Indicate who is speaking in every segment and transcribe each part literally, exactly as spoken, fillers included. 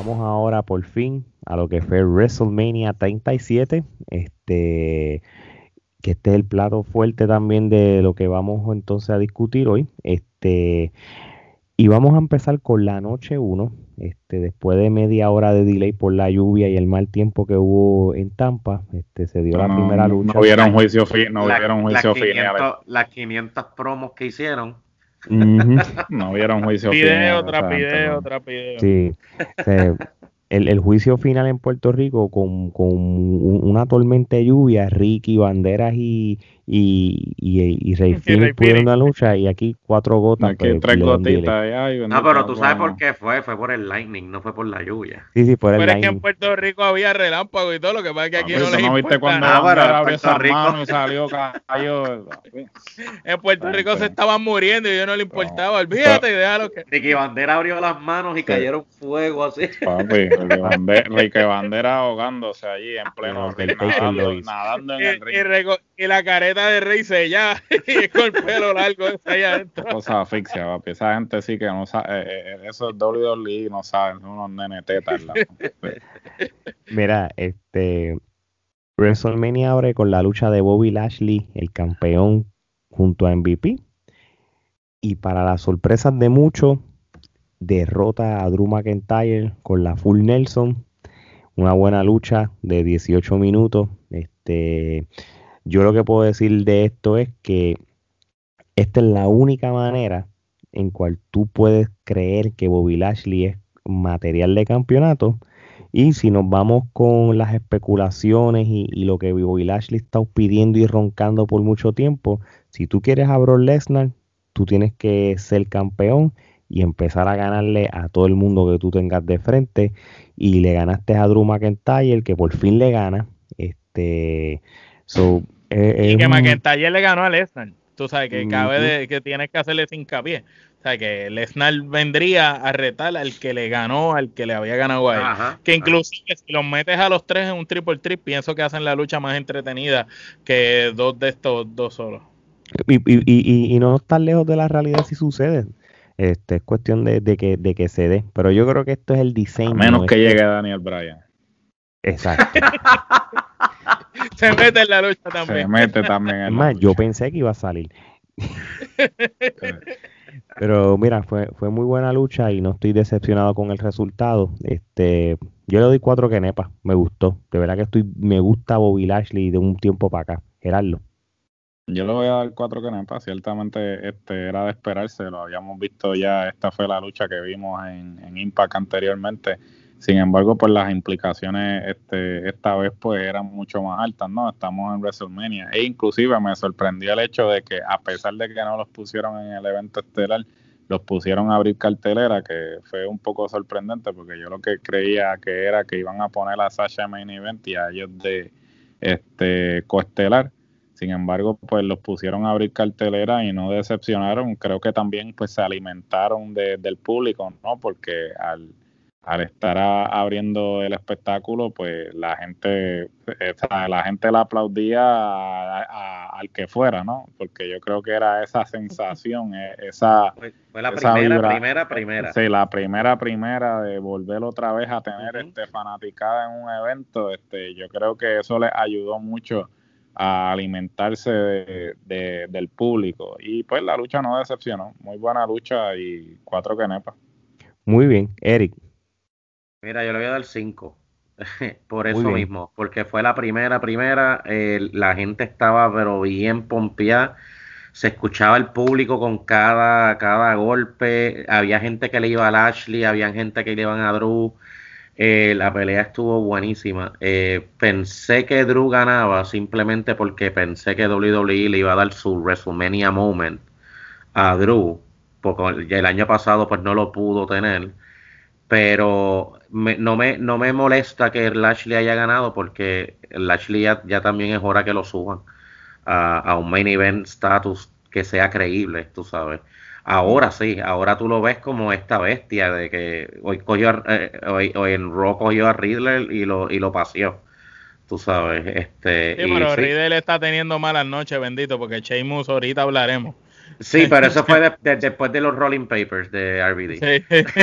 Speaker 1: vamos ahora por fin a lo que fue WrestleMania treinta y siete, este, que este es el plato fuerte también de lo que vamos entonces a discutir hoy. Este, y vamos a empezar con la noche uno, este, después de media hora de delay por la lluvia y el mal tiempo que hubo en Tampa, este, se dio
Speaker 2: No,
Speaker 1: la primera
Speaker 2: no,
Speaker 1: lucha.
Speaker 2: no hubieron juicio, fi- no
Speaker 3: La-
Speaker 2: hubieron
Speaker 3: las,
Speaker 2: juicio
Speaker 3: quinientas,
Speaker 2: final.
Speaker 3: las quinientas promos que hicieron.
Speaker 1: Ujú.
Speaker 2: No hubieron juicio
Speaker 4: Video
Speaker 2: final.
Speaker 4: tras
Speaker 2: esa gente,
Speaker 4: video
Speaker 2: no.
Speaker 4: tras video.
Speaker 1: Sí, se- el, el juicio final en Puerto Rico con, con un- una tormenta de lluvia, Ricky, Banderas y, y, y, y Rey
Speaker 4: Y
Speaker 1: Phoenix
Speaker 4: Rey
Speaker 1: pudieron
Speaker 4: Phoenix.
Speaker 1: la lucha y aquí cuatro gotas.
Speaker 2: Aquí
Speaker 1: pues,
Speaker 2: tres
Speaker 1: le dan delay.
Speaker 2: gotitas. y, ay,
Speaker 3: No,
Speaker 2: bendito,
Speaker 3: pero tú sabes
Speaker 2: vamos.
Speaker 3: por qué fue. Fue por el lightning, no fue por la lluvia.
Speaker 1: Sí, sí, por el
Speaker 4: Pero es que en
Speaker 1: line.
Speaker 4: Puerto Rico había relámpago y todo, lo que pasa es que aquí
Speaker 2: Papi,
Speaker 4: no
Speaker 2: ¿tú
Speaker 4: les
Speaker 2: no viste
Speaker 4: importa
Speaker 2: cuando
Speaker 4: nada.
Speaker 3: Ah, bueno,
Speaker 2: Bandera
Speaker 3: en
Speaker 2: abrió
Speaker 3: Puerto
Speaker 2: esas
Speaker 3: Rico.
Speaker 2: manos y salió cayó? papi.
Speaker 4: En Puerto Rico se estaban muriendo y a ellos no les importaba. Olvídate, déjalo que...
Speaker 3: Ricky Bandera abrió las manos y cayeron fuego así.
Speaker 2: Papi, Ricky Bandera, Ricky Bandera ahogándose allí en pleno
Speaker 1: Pero
Speaker 2: ring,
Speaker 1: Undertaker lo
Speaker 2: nadando,
Speaker 1: hizo.
Speaker 2: nadando en
Speaker 4: Y,
Speaker 2: el
Speaker 4: y
Speaker 2: ring.
Speaker 4: reco- y la careta de Rey sellada y con el pelo largo ese allá adentro.
Speaker 2: Cosa asfixia, papi. Esa gente sí que no sabe, eh, eh, eso es doble u doble u E, no saben, son unos nene tetas. ¿no?
Speaker 1: Mira, este WrestleMania abre con la lucha de Bobby Lashley, el campeón, junto a M V P. Y para las sorpresas de muchos, derrota a Drew McIntyre con la Full Nelson. Una buena lucha de dieciocho minutos. Este, yo lo que puedo decir de esto es que esta es la única manera en cual tú puedes creer que Bobby Lashley es material de campeonato. Y si nos vamos con las especulaciones y, y lo que Bobby Lashley está pidiendo y roncando por mucho tiempo, si tú quieres a Brock Lesnar, tú tienes que ser campeón y empezar a ganarle a todo el mundo que tú tengas de frente. Y le ganaste a Drew McIntyre, que por fin le gana. Este, so, eh,
Speaker 4: Y
Speaker 1: es
Speaker 4: que
Speaker 1: un-
Speaker 4: McIntyre le ganó a Lesnar. Tú sabes que cabe
Speaker 1: Ujú.
Speaker 4: de, que tienes que hacerle hincapié. O sea, que Lesnar vendría a retar al que le ganó, al que le había ganado a él.
Speaker 3: Ajá.
Speaker 4: Que inclusive si los metes a los tres en un triple trip, pienso que hacen la lucha más entretenida que dos de estos dos solos.
Speaker 1: Y, y, y, y no estar lejos de la realidad si sucede. Este, es cuestión de, de que, de que se dé. Pero yo creo que esto es el diseño.
Speaker 2: A menos que
Speaker 1: este-
Speaker 2: llegue Daniel Bryan.
Speaker 1: Exacto.
Speaker 4: Se mete en la lucha
Speaker 2: Se
Speaker 4: también.
Speaker 2: mete también
Speaker 1: Es
Speaker 2: en la
Speaker 1: más, yo
Speaker 2: lucha.
Speaker 1: pensé que iba a salir. Pero mira, fue, fue muy buena lucha y no estoy decepcionado con el resultado. Este, yo le doy cuatro quenepas, me gustó. De verdad que estoy, me gusta Bobby Lashley de un tiempo para acá. Gerardo.
Speaker 2: Yo le voy a dar cuatro canepas, ciertamente este era de esperarse, lo habíamos visto ya, esta fue la lucha que vimos en, en Impact anteriormente, sin embargo pues las implicaciones este esta vez pues eran mucho más altas, ¿no? Estamos en WrestleMania e inclusive me sorprendió el hecho de que a pesar de que no los pusieron en el evento estelar, los pusieron a abrir cartelera, que fue un poco sorprendente porque yo lo que creía que era que iban a poner a Sasha Main Event y a ellos de este coestelar. Sin embargo, pues los pusieron a abrir cartelera y no decepcionaron. Creo que también pues se alimentaron de, del público, ¿no? Porque al, al estar a, abriendo el espectáculo, pues la gente, eh, o sea, la gente le aplaudía a, a, al que fuera, ¿no? Porque yo creo que era esa sensación, eh, esa...
Speaker 3: Fue, fue la
Speaker 2: esa
Speaker 3: primera,
Speaker 2: vibra-
Speaker 3: primera, primera.
Speaker 2: Sí, la primera, primera de volver otra vez a tener
Speaker 3: Ujú.
Speaker 2: este fanaticada en un evento. Este, yo creo que eso les ayudó mucho a alimentarse de, de, del público. Y pues la lucha no decepcionó. Muy buena lucha y cuatro quenepas.
Speaker 1: Muy bien, Eric.
Speaker 3: Mira, yo le voy a dar cinco. Por
Speaker 1: Muy
Speaker 3: eso
Speaker 1: bien.
Speaker 3: mismo. Porque fue la primera, primera. eh, la gente estaba pero bien pompeada. Se escuchaba el público con cada, cada golpe. Había gente que le iba a Lashley, había gente que le iban a Drew. Eh, la pelea estuvo buenísima. Eh, pensé que Drew ganaba simplemente porque pensé que W W E le iba a dar su WrestleMania moment a Drew, porque ya el año pasado pues no lo pudo tener. Pero me- no me no me molesta que Lashley haya ganado porque Lashley ya, ya también es hora que lo suban a, a un main event status que sea creíble, tú sabes. Ahora sí, ahora tú lo ves como esta bestia de que hoy cogió a- eh, hoy, hoy en Raw cogió a Riddler y lo y lo paseó, tú sabes, este
Speaker 4: Sí,
Speaker 3: y
Speaker 4: pero
Speaker 3: sí.
Speaker 4: Riddle está teniendo malas noches, bendito, porque Sheamus ahorita hablaremos.
Speaker 3: Sí, pero eso fue de, de, después de los Rolling Papers de R B D.
Speaker 4: Sí.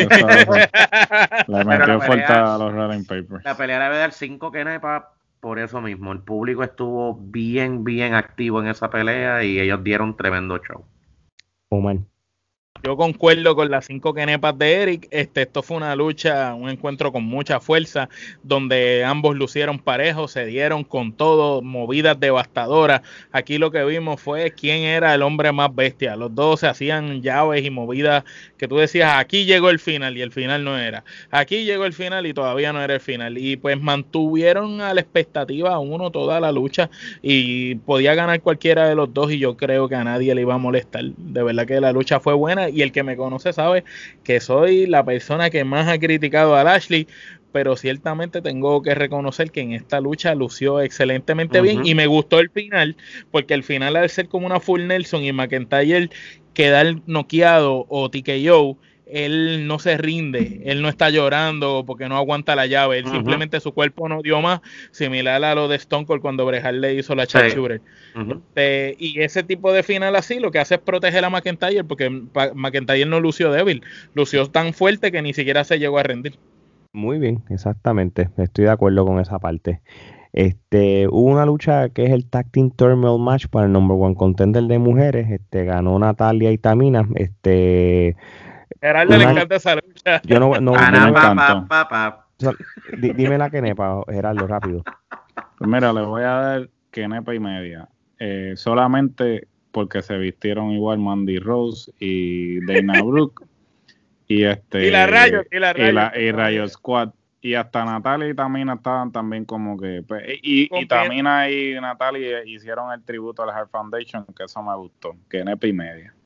Speaker 2: Le metió fuerte a los Rolling Papers.
Speaker 3: La pelea debe dar cinco kenepas por eso mismo. El público estuvo bien, bien activo en esa pelea y ellos dieron tremendo show.
Speaker 1: Omar.
Speaker 4: Yo concuerdo con las cinco kenepas de Eric. Este, esto fue una lucha, un encuentro con mucha fuerza, donde ambos lucieron parejos, se dieron con todo, movidas devastadoras. Aquí lo que vimos fue quién era el hombre más bestia. Los dos se hacían llaves y movidas que tú decías, aquí llegó el final y el final no era. Aquí llegó el final y todavía no era el final. Y pues mantuvieron a la expectativa uno toda la lucha y podía ganar cualquiera de los dos y yo creo que a nadie le iba a molestar. De verdad que la lucha fue buena. Y el que me conoce sabe que soy la persona que más ha criticado a Lashley, pero ciertamente tengo que reconocer que en esta lucha lució excelentemente uh-huh. bien y me gustó el final, porque el final al ser como una full Nelson y McIntyre quedar noqueado o T K O, él no se rinde, él no está llorando porque no aguanta la llave, él uh-huh. simplemente su cuerpo no dio más, similar a lo de Stone Cold cuando Bret Hart le hizo la sí. Shooter. Uh-huh. Este, y ese tipo de final así lo que hace es proteger a McIntyre porque McIntyre no lució débil, lució tan fuerte que ni siquiera se llegó a rendir.
Speaker 1: Muy bien, exactamente, estoy de acuerdo con esa parte. Este, hubo una lucha que es el Tag Team Tournament Match para el number one contender de mujeres, este, ganó Natalia y Tamina, este...
Speaker 4: Gerardo le encanta esa lucha.
Speaker 1: Yo no, no,
Speaker 2: pa,
Speaker 1: no me
Speaker 2: pa,
Speaker 1: encantó.
Speaker 2: pa, pa,
Speaker 1: pa. Dime la kenepa, Gerardo, rápido.
Speaker 2: Pues mira, le voy a dar kenepa y media. Eh, solamente porque se vistieron igual Mandy Rose y Dana Brooke. y este
Speaker 4: y la Rayo, y la Rayo.
Speaker 2: Y, la, y Rayo Squad. Y hasta Natalia y Tamina estaban también como que... Pues, y, y Tamina y Natalia hicieron el tributo al Heart Foundation, que eso me gustó. Kenepa y media.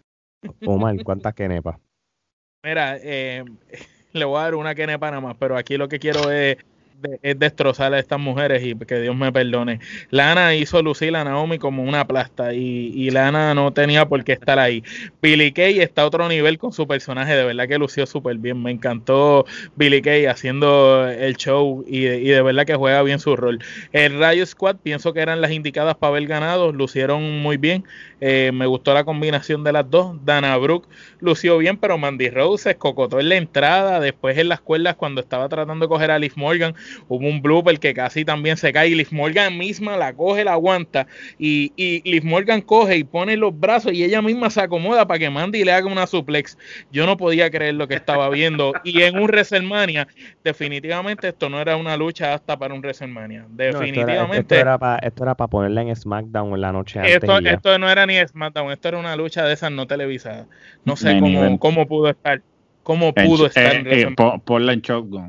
Speaker 1: Omar, ¿cuántas kenepas?
Speaker 4: Mira, eh, le voy a dar una kenepa nada más, pero aquí lo que quiero es, de, es destrozar a estas mujeres y que Dios me perdone. Lana hizo lucir a Naomi como una plasta y, y Lana no tenía por qué estar ahí. Billie Kay está a otro nivel con su personaje, de verdad que lució súper bien. Me encantó Billie Kay haciendo el show y de, y de verdad que juega bien su rol. El Rayo Squad pienso que eran las indicadas para haber ganado, lucieron muy bien. Eh, me gustó la combinación de las dos. Dana Brooke lució bien, pero Mandy Rose se escocotó en la entrada, después en las cuerdas cuando estaba tratando de coger a Liv Morgan, hubo un blooper que casi también se cae y Liv Morgan misma la coge, la aguanta y, y Liv Morgan coge y pone los brazos y ella misma se acomoda para que Mandy le haga una suplex. Yo no podía creer lo que estaba viendo y en un WrestleMania definitivamente esto no era una lucha hasta para un WrestleMania, definitivamente.
Speaker 1: No, esto era para esto era para ponerla en SmackDown en la noche antes.
Speaker 4: Esto, esto no era ni SmackDown, esto era una lucha de esas no televisadas. No sé cómo, cómo pudo estar. ¿Cómo pudo
Speaker 2: en,
Speaker 4: estar?
Speaker 2: Eh, eh, por, ponla en Shotgun.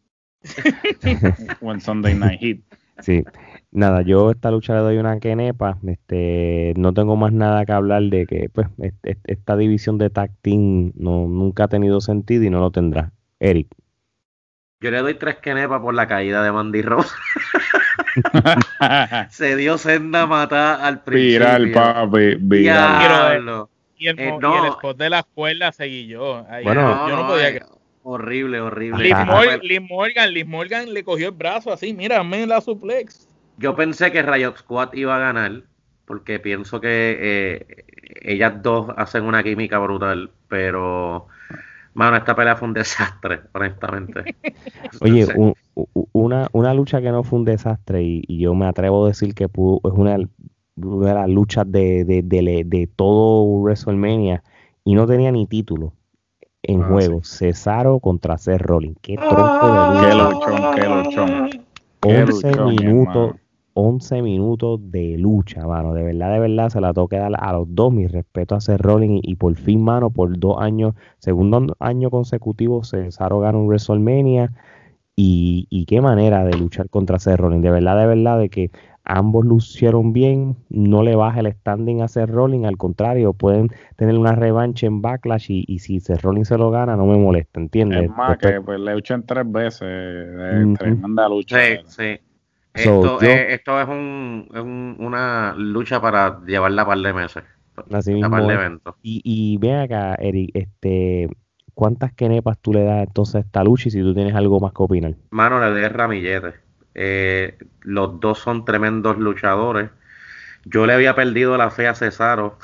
Speaker 2: o en Sunday Night Heat.
Speaker 1: Sí. Nada, yo esta lucha le doy una kenepa. Este, no tengo más nada que hablar de que pues este, esta división de tag team no, nunca ha tenido sentido y no lo tendrá. Eric.
Speaker 3: Yo le doy tres kenepas por la caída de Mandy Rose. Se dio senda matar al principio.
Speaker 2: Viral, papi, viral.
Speaker 4: Y el, eh, no. y el spot de las cuerdas seguí yo. Ahí,
Speaker 1: bueno,
Speaker 4: no, yo no podía creer.
Speaker 3: Horrible, horrible.
Speaker 4: Liv, Mor- Liv Morgan, Liv Morgan le cogió el brazo así, mírame la suplex.
Speaker 3: Yo pensé que Riot Squad iba a ganar, porque pienso que eh, ellas dos hacen una química brutal, pero mano, esta pelea fue un desastre, honestamente.
Speaker 1: Oye, un, una, una lucha que no fue un desastre, y, y yo me atrevo a decir que pudo, es una de las luchas de, de, de, de todo WrestleMania, y no tenía ni título en ah, juego. Sí. Cesaro contra Seth Rollins. Qué tronco de lucha.
Speaker 2: Qué luchón, qué luchón.
Speaker 1: once luchón, minutos, once minutos de lucha, mano. De verdad, de verdad, se la tengo que dar a los dos. Mi respeto a Seth Rollins. Y, y por fin, mano, por dos años, segundo año consecutivo, Cesaro gana un WrestleMania. Y, y qué manera de luchar contra Seth Rollins. De verdad, de verdad, de que ambos lucieron bien, no le baja el standing a Seth Rollins, al contrario, pueden tener una revancha en Backlash y, y si Seth Rollins se lo gana, no me molesta, ¿entiendes?
Speaker 2: Es más, Después, que pues, le luchan tres veces, eh, uh-huh. tremenda lucha.
Speaker 3: Sí, sí. Esto, so, yo, eh, esto es, un, es un, una lucha para llevarla a par de meses.
Speaker 1: Así mismo.
Speaker 3: Par de eventos.
Speaker 1: Y, y ven acá, Eric, este, ¿cuántas kenepas tú le das entonces a esta lucha y si tú tienes algo más que opinar?
Speaker 3: Mano, le doy ramillete. Eh, los dos son tremendos luchadores. Yo le había perdido la fe a Cesaro,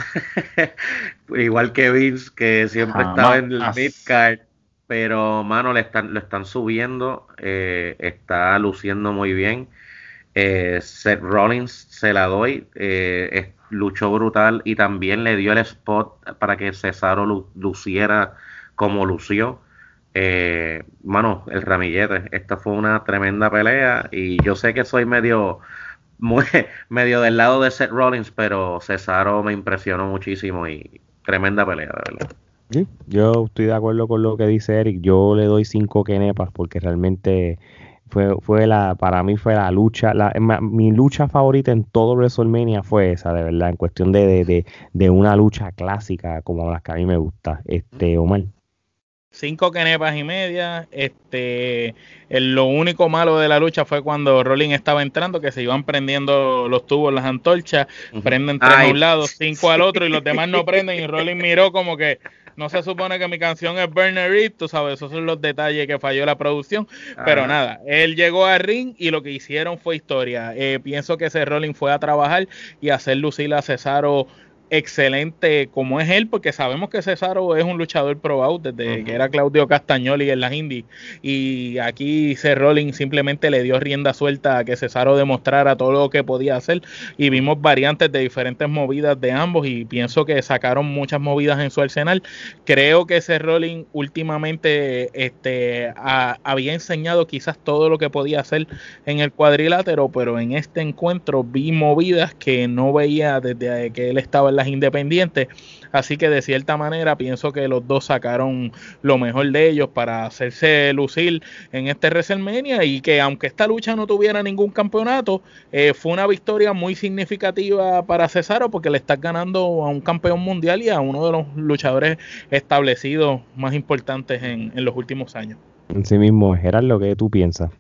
Speaker 3: igual que Vince, que siempre
Speaker 2: Jamás.
Speaker 3: estaba en el mid-card, pero, mano, le están, lo están subiendo, eh, está luciendo muy bien. Eh, Seth Rollins se la doy, eh, es- luchó brutal y también le dio el spot para que Cesaro lu- luciera como lució. Eh, mano, el ramillete, esta fue una tremenda pelea y yo sé que soy medio, muy, medio del lado de Seth Rollins, pero Cesaro me impresionó muchísimo y tremenda pelea, de verdad.
Speaker 1: Sí, yo estoy de acuerdo con lo que dice Eric. Yo le doy cinco kenepas porque realmente fue, fue la, para mí fue la lucha, la, es más, mi lucha favorita en todo WrestleMania fue esa, de verdad, en cuestión de, de, de, de una lucha clásica como las que a mí me gusta. Este, Omar.
Speaker 4: Cinco kenepas y media. Este, el- lo único malo de la lucha fue cuando Rollins estaba entrando, que se iban prendiendo los tubos, las antorchas,
Speaker 3: Ujú.
Speaker 4: prenden tres a
Speaker 3: Ay,
Speaker 4: un lado, cinco al otro, y los demás no prenden. Y Rollins miró como que no se supone que mi canción es Burner It, tú sabes, esos son los detalles que falló la producción. Pero
Speaker 3: ajá.
Speaker 4: nada, él llegó al ring y lo que hicieron fue historia. Eh, pienso que ese Rollins fue a trabajar y a hacer lucir a Cesaro excelente como es él, porque sabemos que Cesaro es un luchador probado desde
Speaker 3: Ujú.
Speaker 4: que era Claudio Castagnoli en las indies, y aquí Seth Rollins simplemente le dio rienda suelta a que Cesaro demostrara todo lo que podía hacer, y vimos variantes de diferentes movidas de ambos, y pienso que sacaron muchas movidas en su arsenal. Creo que Seth Rollins últimamente este, a, había enseñado quizás todo lo que podía hacer en el cuadrilátero, pero en este encuentro vi movidas que no veía desde que él estaba en las independientes, así que de cierta manera pienso que los dos sacaron lo mejor de ellos para hacerse lucir en este WrestleMania, y que aunque esta lucha no tuviera ningún campeonato, eh, fue una victoria muy significativa para Cesaro, porque le estás ganando a un campeón mundial y a uno de los luchadores establecidos más importantes en, en los últimos años.
Speaker 1: En sí mismo, Gerardo, ¿qué tú piensas?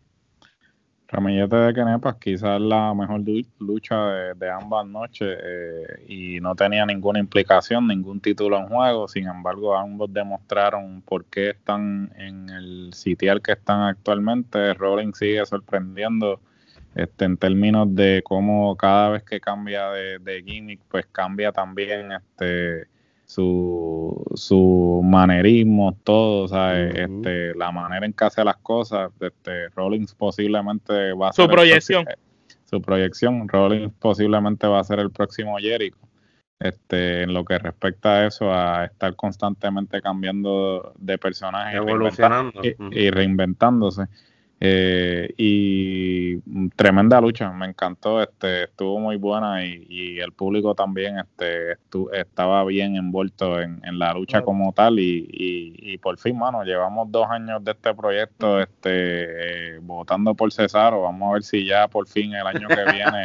Speaker 2: Ramillete de Kenepas, quizás la mejor du- lucha de, de ambas noches, eh, y no tenía ninguna implicación, ningún título en juego. Sin embargo, ambos demostraron por qué están en el sitial que están actualmente. Rollins sigue sorprendiendo este, en términos de cómo cada vez que cambia de, de gimmick, pues cambia también este su, su manerismo, todo, ¿sabes?
Speaker 1: Ujú.
Speaker 2: Este, la manera en que hace las cosas. Este, Rollins posiblemente va a
Speaker 4: Su
Speaker 2: ser
Speaker 4: proyección.
Speaker 2: el próximo, su proyección, Rollins posiblemente va a ser el próximo Jericho. Este, en lo que respecta a eso, a estar constantemente cambiando de personaje y, reinventa-
Speaker 3: Evolucionando.
Speaker 2: y-
Speaker 3: Ujú.
Speaker 2: y reinventándose. Eh, y mm, tremenda lucha, me encantó, este, estuvo muy buena, y, y el público también este, estu- estaba bien envuelto en, en la lucha
Speaker 4: Claro.
Speaker 2: como tal, y, y, y por fin, mano, llevamos dos años de este proyecto, este, eh, votando por Cesaro. Vamos a ver si ya por fin el año que viene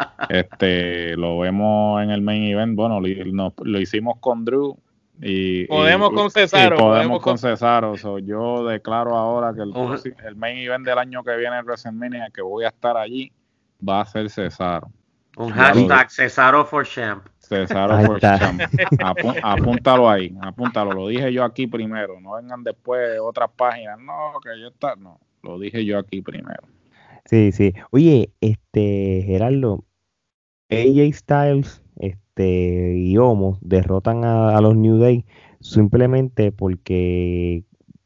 Speaker 2: este, lo vemos en el main event. Bueno, lo, no, lo hicimos con Drew. Y,
Speaker 4: Podemos
Speaker 2: y,
Speaker 4: con
Speaker 2: y
Speaker 4: Cesaro,
Speaker 2: podemos
Speaker 4: podemos
Speaker 2: con
Speaker 4: con-
Speaker 2: Cesaro. So, yo declaro ahora que el,
Speaker 3: Un-
Speaker 2: próximo- el main event del año que viene en WrestleMania, que voy a estar allí, va a ser Cesaro.
Speaker 3: Un
Speaker 2: Ya lo
Speaker 3: hashtag Cesaro for Champ.
Speaker 2: Cesaro
Speaker 1: Ahí
Speaker 2: for
Speaker 1: está.
Speaker 2: Champ. Apu- apúntalo ahí, apúntalo. Lo dije yo aquí primero. No vengan después otras páginas. No, que yo está. No, lo dije yo aquí primero.
Speaker 1: Sí, sí. Oye, este, Gerardo, A J Styles, este, y Omos derrotan a, a los New Day simplemente porque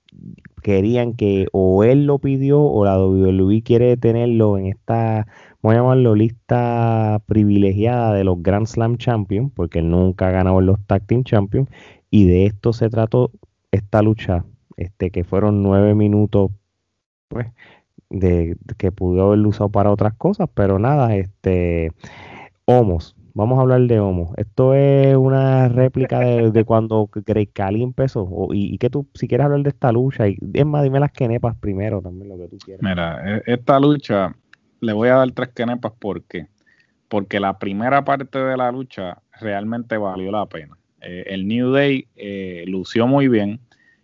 Speaker 1: querían que o él lo pidió o la W W E quiere tenerlo en esta, vamos a llamarlo, lista privilegiada de los Grand Slam Champions, porque él nunca ha ganado en los Tag Team Champions, y de esto se trató esta lucha, este, que fueron nueve minutos, pues, de, de que pudo haberlo usado para otras cosas, pero nada, este, Homos, vamos a hablar de Homos. Esto es una réplica de, de cuando Great Khali empezó, o- y, y que tú, si quieres hablar de esta lucha, y es más, dime las kenepas primero, también lo que tú quieras.
Speaker 2: Mira, e- esta lucha le voy a dar tres kenepas. ¿Por qué? Porque la primera parte de la lucha realmente valió la pena. Eh, el New Day eh, lució muy bien.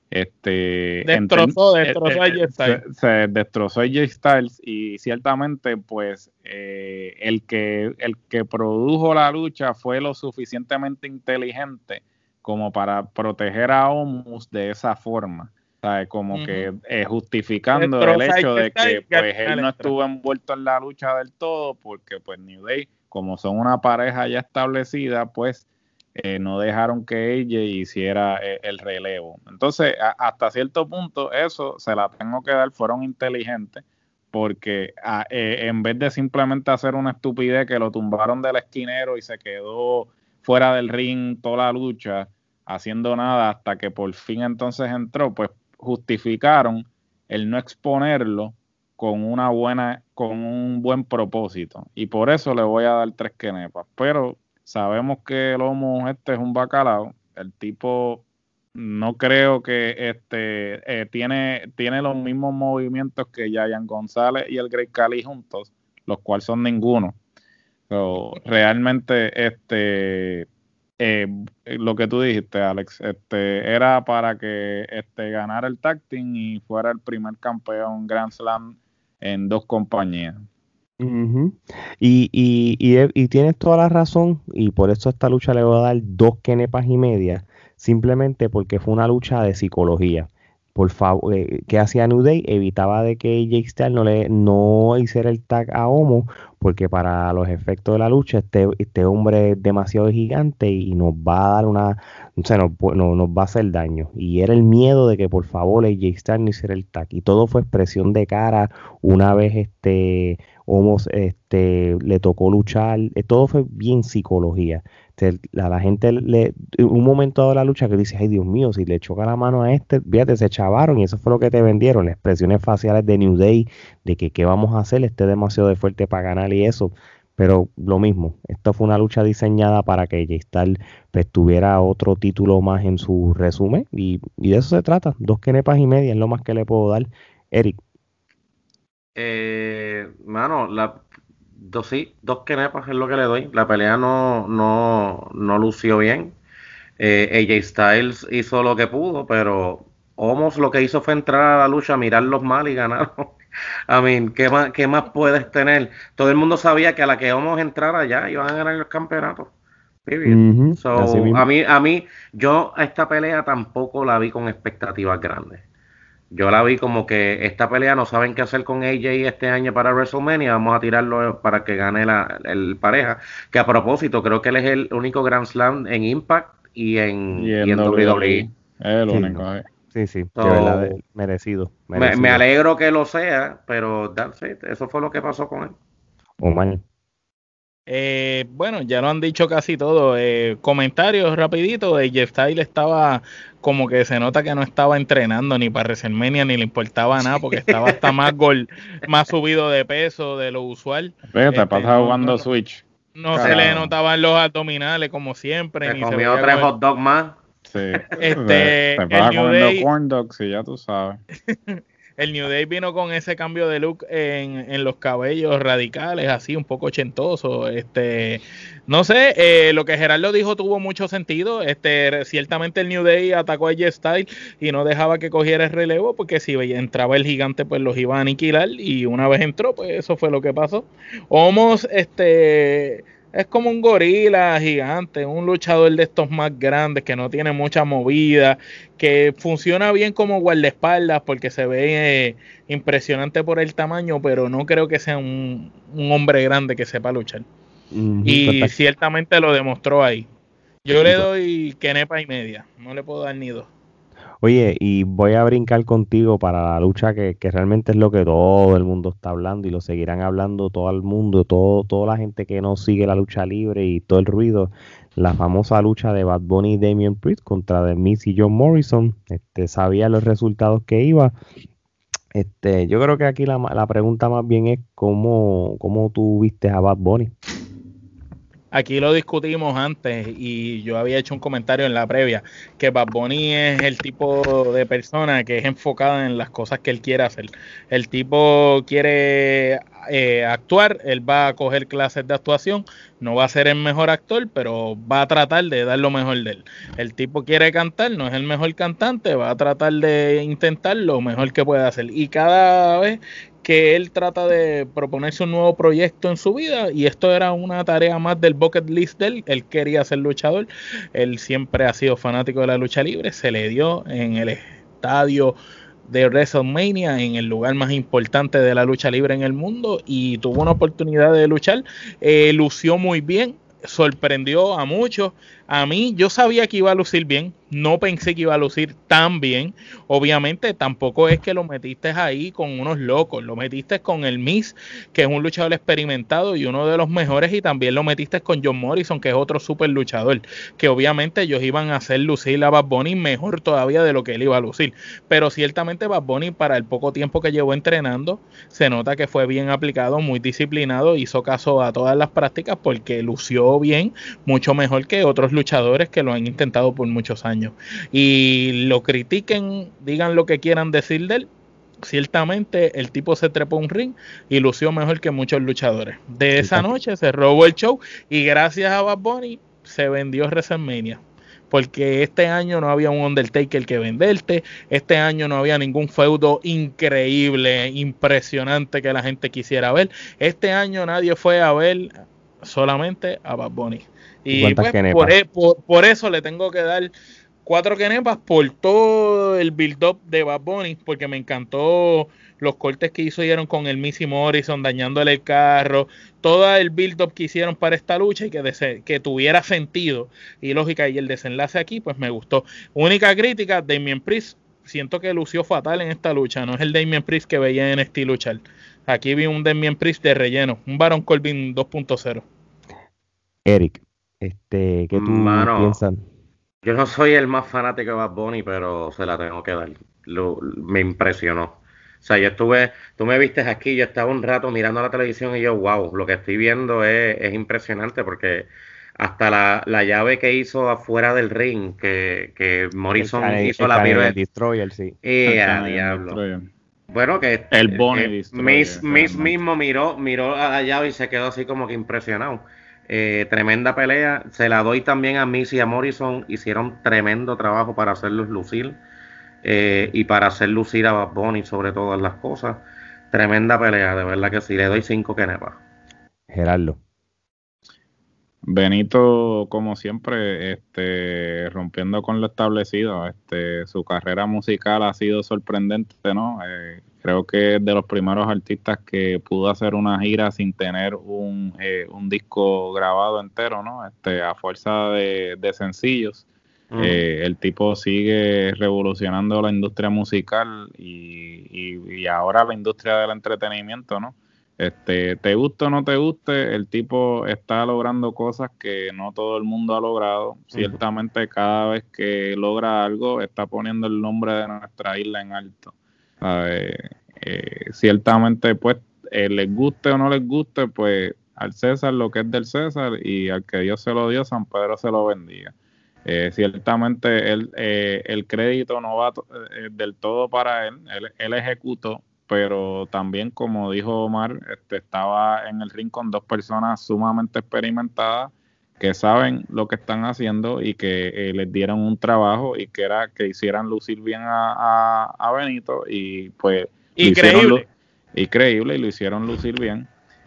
Speaker 2: Este,
Speaker 4: Destrozó,
Speaker 2: enten-
Speaker 4: destrozó
Speaker 2: eh,
Speaker 4: a
Speaker 2: eh,
Speaker 4: J Styles.
Speaker 2: se, se destrozó a J Styles, y ciertamente pues eh, el que el que produjo la lucha fue lo suficientemente inteligente como para proteger a Omos de esa forma. ¿Sabe? Como
Speaker 4: Ujú.
Speaker 2: que eh, justificando el
Speaker 4: Destroza a
Speaker 2: hecho
Speaker 4: J
Speaker 2: de que
Speaker 4: Styles,
Speaker 2: pues
Speaker 4: gana
Speaker 2: él
Speaker 4: el
Speaker 2: no
Speaker 4: extra.
Speaker 2: estuvo envuelto en la lucha del todo, porque pues New Day como son una pareja ya establecida, pues eh, no dejaron que ella hiciera eh, el relevo. Entonces, a, hasta cierto punto, eso se la tengo que dar, fueron inteligentes, porque a, eh, en vez de simplemente hacer una estupidez que lo tumbaron del esquinero y se quedó fuera del ring toda la lucha, haciendo nada hasta que por fin entonces entró, pues justificaron el no exponerlo con una buena, con un buen propósito, y por eso le voy a dar tres quenepas. Pero sabemos que el Homo este es un bacalao, el tipo no creo que este eh, tiene, tiene los mismos movimientos que Giant González y el Great Khali juntos, los cuales son ninguno. So, realmente este eh, lo que tú dijiste, Alex, este era para que este ganara el tag team y fuera el primer campeón Grand Slam en dos compañías.
Speaker 1: Uh-huh. y, y, y, y tienes toda la razón, y por eso a esta lucha le voy a dar dos quenepas y media, simplemente porque fue una lucha de psicología. Por favor, eh, ¿qué hacía New Day? Evitaba de que Jake Styles no le no hiciera el tag a Homo, porque para los efectos de la lucha este, este hombre es demasiado gigante y nos va a dar una, o sea, nos, no, nos va a hacer daño. Y era el miedo de que por favor Jake Styles no hiciera el tag. Y todo fue expresión de cara. Una vez este Homo este, le tocó luchar, eh, todo fue bien psicología. A la gente le un momento dado de la lucha que dice, ay Dios mío, si le choca la mano a este, fíjate, se chavaron, y eso fue lo que te vendieron, las expresiones faciales de New Day, de que qué vamos a hacer, este es demasiado de fuerte para ganar y eso. Pero lo mismo, esto fue una lucha diseñada para que Jay Styles pues, tuviera otro título más en su resumen, y, y de eso se trata. Dos quenepas y media es lo más que le puedo dar. Eric.
Speaker 3: Eh, mano, la Dos, sí, dos quenepas es lo que le doy. La pelea no, no, no lució bien. Eh, A J Styles hizo lo que pudo, pero Omos lo que hizo fue entrar a la lucha, mirarlos mal y ganar. I mean, ¿qué más, qué más puedes tener? Todo el mundo sabía que a la que Omos entrara ya iban a ganar el campeonato.
Speaker 1: Uh-huh.
Speaker 3: So, a mí, a mí, yo a esta pelea tampoco la vi con expectativas grandes. Yo la vi como que esta pelea no saben qué hacer con A J este año para WrestleMania, vamos a tirarlo para que gane la el pareja, que a propósito creo que él es el único Grand Slam en Impact y en, y en, y en W W E.
Speaker 2: El
Speaker 1: sí,
Speaker 2: único,
Speaker 1: no.
Speaker 2: eh.
Speaker 1: Sí, sí,
Speaker 3: so,
Speaker 1: de verdad, merecido. merecido.
Speaker 3: Me, me alegro que lo sea, pero that's it, eso fue lo que pasó con él.
Speaker 1: Omar.
Speaker 4: Eh, bueno, ya lo han dicho casi todo. Eh, comentarios rapidito. De Jeff Styles estaba como que se nota que no estaba entrenando ni para WrestleMania ni le importaba nada porque estaba hasta más gol, más subido de peso de lo usual.
Speaker 2: Vete, este, pasa no, jugando no, Switch.
Speaker 4: No Caramba. Se le notaban los abdominales como siempre.
Speaker 3: Se
Speaker 4: ni
Speaker 3: comió
Speaker 4: se
Speaker 3: tres hot dogs más.
Speaker 2: Sí.
Speaker 4: Este,
Speaker 2: se pasa comiendo Day, corn dogs y ya tú sabes.
Speaker 4: El New Day vino con ese cambio de look en, en los cabellos radicales, así un poco ochentoso. Este, no sé, eh, lo que Gerardo dijo tuvo mucho sentido. Este, ciertamente el New Day atacó a J Styles y no dejaba que cogiera el relevo, porque si entraba el gigante, pues los iba a aniquilar. Y una vez entró, pues eso fue lo que pasó. Homos, este. Es como un gorila gigante, un luchador de estos más grandes que no tiene mucha movida, que funciona bien como guardaespaldas porque se ve eh, impresionante por el tamaño, pero no creo que sea un, un hombre grande que sepa luchar. Mm-hmm. Y Perfecto. Ciertamente lo demostró ahí. Yo le doy quenepa y media, no le puedo dar ni dos.
Speaker 1: Oye, y voy a brincar contigo para la lucha que, que realmente es lo que todo el mundo está hablando y lo seguirán hablando todo el mundo, todo, toda la gente que no sigue la lucha libre y todo el ruido. La famosa lucha de Bad Bunny y Damian Priest contra The Miz y John Morrison. Este, sabía los resultados que iba. Este, yo creo que aquí la, la pregunta más bien es cómo, cómo tú viste a Bad Bunny.
Speaker 4: Aquí lo discutimos antes y yo había hecho un comentario en la previa que Bad Bunny es el tipo de persona que es enfocada en las cosas que él quiere hacer. El tipo quiere eh, actuar, él va a coger clases de actuación, no va a ser el mejor actor, pero va a tratar de dar lo mejor de él. El tipo quiere cantar, no es el mejor cantante, va a tratar de intentar lo mejor que puede hacer. Y cada vez que él trata de proponerse un nuevo proyecto en su vida, y esto era una tarea más del bucket list de él, él quería ser luchador, él siempre ha sido fanático de la lucha libre, se le dio en el estadio de WrestleMania en el lugar más importante de la lucha libre en el mundo y tuvo una oportunidad de luchar, eh, lució muy bien, sorprendió a muchos. A mí, yo sabía que iba a lucir bien, no pensé que iba a lucir tan bien. Obviamente, tampoco es que lo metiste ahí con unos locos, lo metiste con el Miz, que es un luchador experimentado y uno de los mejores, y también lo metiste con John Morrison, que es otro super luchador, que obviamente ellos iban a hacer lucir a Bad Bunny mejor todavía de lo que él iba a lucir. Pero ciertamente Bad Bunny, para el poco tiempo que llevó entrenando, se nota que fue bien aplicado, muy disciplinado, hizo caso a todas las prácticas porque lució bien, mucho mejor que otros luchadores que lo han intentado por muchos años. Y lo critiquen, digan lo que quieran decir de él, ciertamente el tipo se trepó un ring y lució mejor que muchos luchadores. De esa noche se robó el show y gracias a Bad Bunny se vendió WrestleMania. Porque este año no había un Undertaker que venderte, este año no había ningún feudo increíble, impresionante que la gente quisiera ver. Este año nadie fue a ver solamente a Bad Bunny. Y pues por, por, por eso le tengo que dar cuatro quenepas por todo el build-up de Bad Bunny, porque me encantó los cortes que hicieron con el Missy Morrison, dañándole el carro, todo el build-up que hicieron para esta lucha y que, de, que tuviera sentido y lógica, y el desenlace aquí, pues me gustó. Única crítica, Damian Priest, siento que lució fatal en esta lucha, no es el Damian Priest que veía en N X T luchar. Aquí vi un Damian Priest de relleno, un Baron Corbin dos punto cero.
Speaker 1: Eric, este, ¿qué tú
Speaker 3: Mano,
Speaker 1: piensas?
Speaker 3: Yo no soy el más fanático de Bad Bunny, pero se la tengo que dar. Lo, me impresionó. O sea, yo estuve, tú me viste aquí, yo estaba un rato mirando la televisión y yo, wow, lo que estoy viendo es, es impresionante porque hasta la, la llave que hizo afuera del ring, que, que Morrison
Speaker 1: el,
Speaker 3: hizo
Speaker 1: el,
Speaker 3: la pirueta.
Speaker 1: El Destroyer, sí.
Speaker 3: Eh, a diablo. Destroyer. Bueno, que
Speaker 2: el Bunny
Speaker 3: eh,
Speaker 2: Destroyer,
Speaker 3: Miss, Miss mismo miró, miró a la llave y se quedó así como que impresionado. Eh, tremenda pelea, se la doy también a Miz y a Morrison, hicieron tremendo trabajo para hacerlos lucir eh, y para hacer lucir a Bad Bunny sobre todas las cosas. Tremenda pelea, de verdad que sí, le doy cinco quenepas.
Speaker 1: Gerardo.
Speaker 2: Benito, como siempre, este, rompiendo con lo establecido, este, su carrera musical ha sido sorprendente, ¿no? Eh, creo que es de los primeros artistas que pudo hacer una gira sin tener un, eh, un disco grabado entero, ¿no? Este, a fuerza de, de sencillos. Uh-huh. Eh, el tipo sigue revolucionando la industria musical y, y, y ahora la industria del entretenimiento, ¿no? Este, te guste o no te guste, el tipo está logrando cosas que no todo el mundo ha logrado. Uh-huh. Ciertamente cada vez que logra algo está poniendo el nombre de nuestra isla en alto. Eh, eh, ciertamente pues eh, les guste o no les guste, pues al César lo que es del César y al que Dios se lo dio, San Pedro se lo bendiga. Eh, ciertamente él, eh, el crédito no va eh, del todo para él, él, él ejecutó, pero también, como dijo Omar, este, estaba en el ring con dos personas sumamente experimentadas que saben lo que están haciendo y que eh, les dieron un trabajo y que era que hicieran lucir bien a, a, a Benito y pues
Speaker 4: increíble
Speaker 2: lo increíble y lo hicieron lucir bien.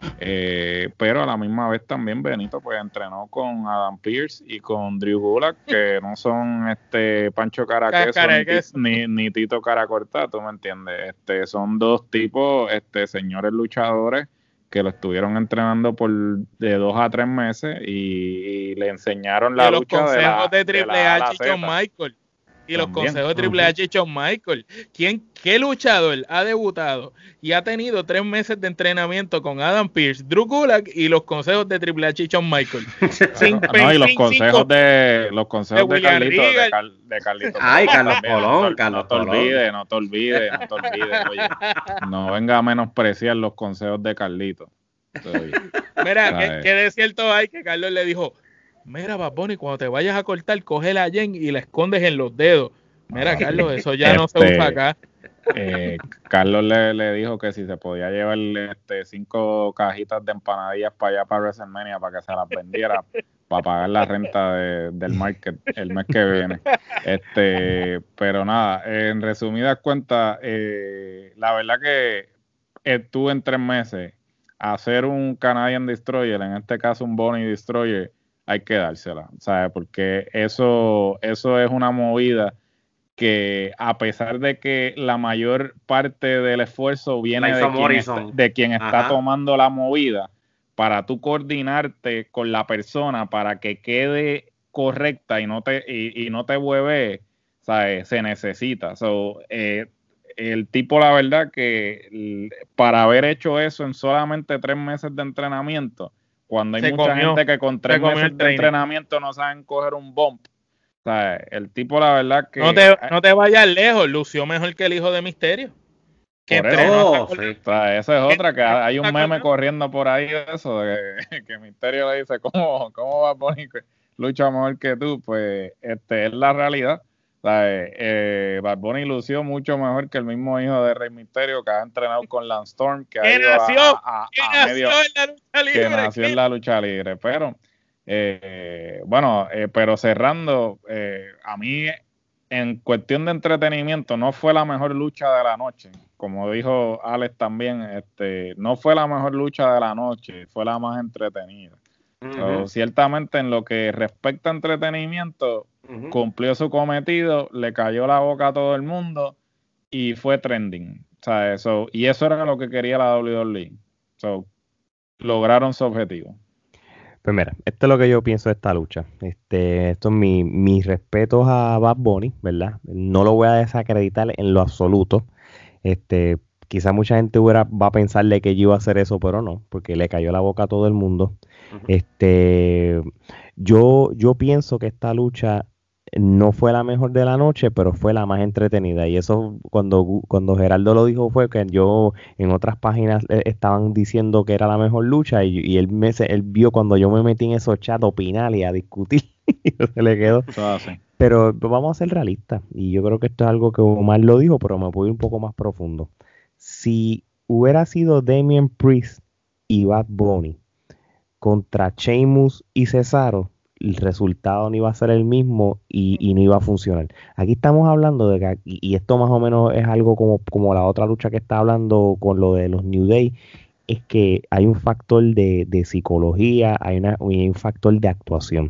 Speaker 2: Eh, pero a la misma vez también Benito pues entrenó con Adam Pearce y con Drew Gulak, que no son este Pancho Caraqueso ni, ni, ni Tito Caracorta, tú me entiendes, este son dos tipos, este señores luchadores que lo estuvieron entrenando por de dos a tres meses y, y le enseñaron la
Speaker 4: y
Speaker 2: lucha
Speaker 4: los consejos
Speaker 2: de, la,
Speaker 4: de Triple
Speaker 2: de
Speaker 4: H y Shawn Michael y los también. consejos de Triple uh-huh. H y Shawn Michael. ¿Quién, ¿Qué luchador ha debutado y ha tenido tres meses de entrenamiento con Adam Pearce, Drew Gulak y los consejos de Triple H y Shawn Michael?
Speaker 2: Sin, no, no, y los consejos cinco, de los consejos de, de Carlito, de, Car, de Carlito.
Speaker 3: Ay, Carlos Colón,
Speaker 2: no,
Speaker 3: Carlos
Speaker 2: no te olvides, no te olvides, no te olvides, oye, no venga a menospreciar los consejos de Carlito. Oye,
Speaker 4: mira, que, que de cierto hay que Carlos le dijo, mira, Bad Bunny, cuando te vayas a cortar, coge la yen y la escondes en los dedos. Mira, Carlos, eso ya este, no se usa acá.
Speaker 2: Eh, Carlos le, le dijo que si se podía llevar este, cinco cajitas de empanadillas para allá, para WrestleMania, para que se las vendiera, para pagar la renta de, del market el mes que viene. Este, pero nada, en resumidas cuentas, eh, la verdad que estuve en tres meses hacer un Canadian Destroyer, en este caso un Bunny Destroyer, hay que dársela, ¿sabes? Porque eso, eso es una movida que a pesar de que la mayor parte del esfuerzo viene de quien, está, de quien está tomando la movida, para tú coordinarte con la persona para que quede correcta y no te y, y no te hueve, ¿sabes? Se necesita. So, eh, el tipo, la verdad que para haber hecho eso en solamente tres meses de entrenamiento, cuando hay se mucha comió, gente que con tres meses de entrenamiento no saben coger un bump, o sea, el tipo, la verdad que...
Speaker 4: No te, no te vayas lejos, lució mejor que el hijo de Misterio.
Speaker 2: Que por eso, sí. O sea, esa es otra, que hay un meme corriendo por ahí de eso, de que, que Misterio le dice, ¿cómo, cómo va a poner que lucha mejor que tú? Pues este es la realidad. O sea, eh, Bad Bunny lució mucho mejor que el mismo hijo de Rey Misterio, que ha entrenado con Lance Storm, que, ha ido
Speaker 4: nació,
Speaker 2: a, a,
Speaker 4: que
Speaker 2: a
Speaker 4: nació
Speaker 2: medio,
Speaker 4: en la lucha libre,
Speaker 2: que nació
Speaker 4: ¿qué?
Speaker 2: en la lucha libre. Pero, eh, bueno, eh, pero cerrando, eh, a mí, en cuestión de entretenimiento, no fue la mejor lucha de la noche. Como dijo Alex también, este, no fue la mejor lucha de la noche, fue la más entretenida. Uh-huh. So, ciertamente, en lo que respecta a entretenimiento, uh-huh. cumplió su cometido, le cayó la boca a todo el mundo y fue trending. O sea, eso, y eso era lo que quería la doble u doble u E. So, lograron su objetivo.
Speaker 1: Pues mira, esto es lo que yo pienso de esta lucha. Este, esto es mi, mis respetos a Bad Bunny, ¿verdad? No lo voy a desacreditar en lo absoluto. Este, quizá mucha gente hubiera, va a pensarle que yo iba a hacer eso, pero no, porque le cayó la boca a todo el mundo. Uh-huh. Este, yo, yo pienso que esta lucha no fue la mejor de la noche, pero fue la más entretenida. Y eso cuando, cuando Gerardo lo dijo fue que yo en otras páginas eh, estaban diciendo que era la mejor lucha y, y él, me, él vio cuando yo me metí en esos chats a opinar y a discutir y se le quedó.
Speaker 2: Ah, sí.
Speaker 1: Pero vamos a ser realistas. Y yo creo que esto es algo que Omar lo dijo, pero me puedo ir un poco más profundo. Si hubiera sido Damian Priest y Bad Bunny contra Sheamus y Cesaro, el resultado no iba a ser el mismo y, y no iba a funcionar. Aquí estamos hablando de que, y, y esto más o menos es algo como, como la otra lucha que está hablando con lo de los New Day, es que hay un factor de, de psicología, hay, una, hay un factor de actuación.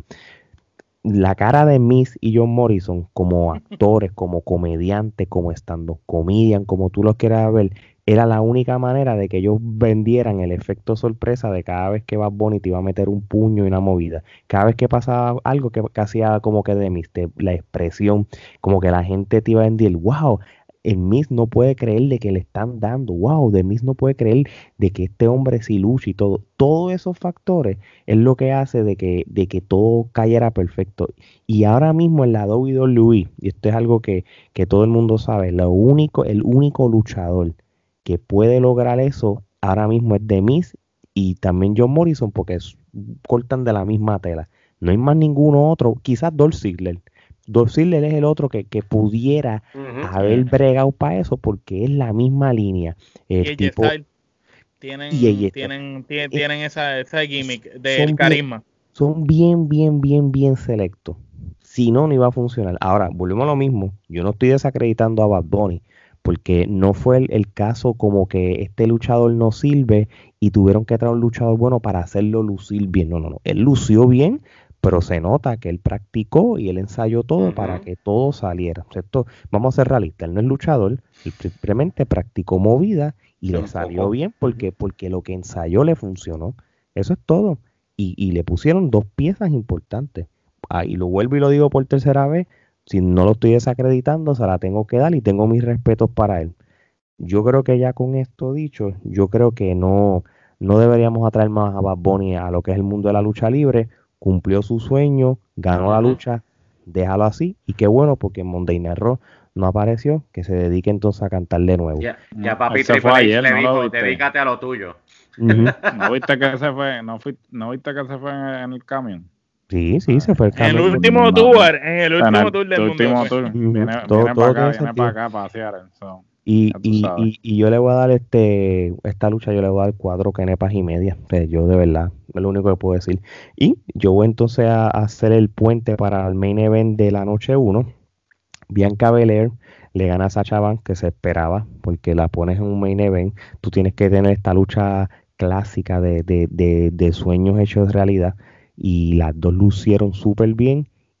Speaker 1: La cara de Miz y John Morrison como actores, como comediantes, como stand-up comedian, como tú los quieras ver, era la única manera de que ellos vendieran el efecto sorpresa de cada vez que Bad Bunny te iba a meter un puño y una movida. Cada vez que pasaba algo que, que hacía como que de Miz, la expresión, como que la gente te iba a vender, wow, el Miz no puede creer de que le están dando, wow, The Miz no puede creer de que este hombre sí lucha y todo. Todos esos factores es lo que hace de que, de que todo cayera perfecto. Y ahora mismo en la doble u doble u E, y esto es algo que, que todo el mundo sabe, lo único, el único luchador que puede lograr eso ahora mismo es The Miz y también John Morrison, porque es, cortan de la misma tela. No hay más ninguno otro, quizás Dolph Ziggler. Dolph Ziggler es el otro que, que pudiera uh-huh, haber sí. bregado para eso, porque es la misma línea. El
Speaker 4: y
Speaker 1: tipo,
Speaker 4: tienen, y tienen, tienen, tienen esa, esa gimmick del carisma.
Speaker 1: Bien, son bien, bien, bien, bien selectos. Si no, no iba a funcionar. Ahora, volvemos a lo mismo. Yo no estoy desacreditando a Bad Bunny, porque no fue el, el caso como que este luchador no sirve y tuvieron que traer un luchador bueno para hacerlo lucir bien. No, no, no. Él lució bien, pero se nota que él practicó y él ensayó todo uh-huh. para que todo saliera. Esto, vamos a ser realistas, él no es luchador, él simplemente practicó movida y sí, le salió poco. bien porque, porque lo que ensayó le funcionó. Eso es todo. Y, y le pusieron dos piezas importantes. Ah, y lo vuelvo y lo digo por tercera vez, si no lo estoy desacreditando, se la tengo que dar y tengo mis respetos para él. Yo creo que ya con esto dicho, yo creo que no, no deberíamos atraer más a Bad Bunny a lo que es el mundo de la lucha libre. Cumplió su sueño, ganó uh-huh. la lucha, déjalo así. Y qué bueno, porque Monday Night Raw no apareció, que se dedique entonces a cantar de nuevo.
Speaker 3: Ya, ya papi Triple H ayer, le no dijo, dedícate a lo tuyo.
Speaker 2: Uh-huh. ¿No viste que se fue, no, fui, no viste que se fue en, en el camión?
Speaker 1: Sí, sí, se fue el
Speaker 4: camión. En el último tour, en el último en el, tour del mundo.
Speaker 2: Último tour. Viene,
Speaker 1: todo,
Speaker 2: viene
Speaker 1: todo
Speaker 2: para acá, viene para acá a pasear. So.
Speaker 1: Y, y, y, y yo le voy a dar este esta lucha, yo le voy a dar cuatro kenepas y media. Pues yo de verdad, es lo único que puedo decir. Y yo voy entonces a, a hacer el puente para el main event de la noche uno. Bianca Belair le gana a Sasha Banks, que se esperaba, porque la pones en un main event. Tú tienes que tener esta lucha clásica de, de, de, de sueños hechos realidad. Y las dos lucieron súper bien.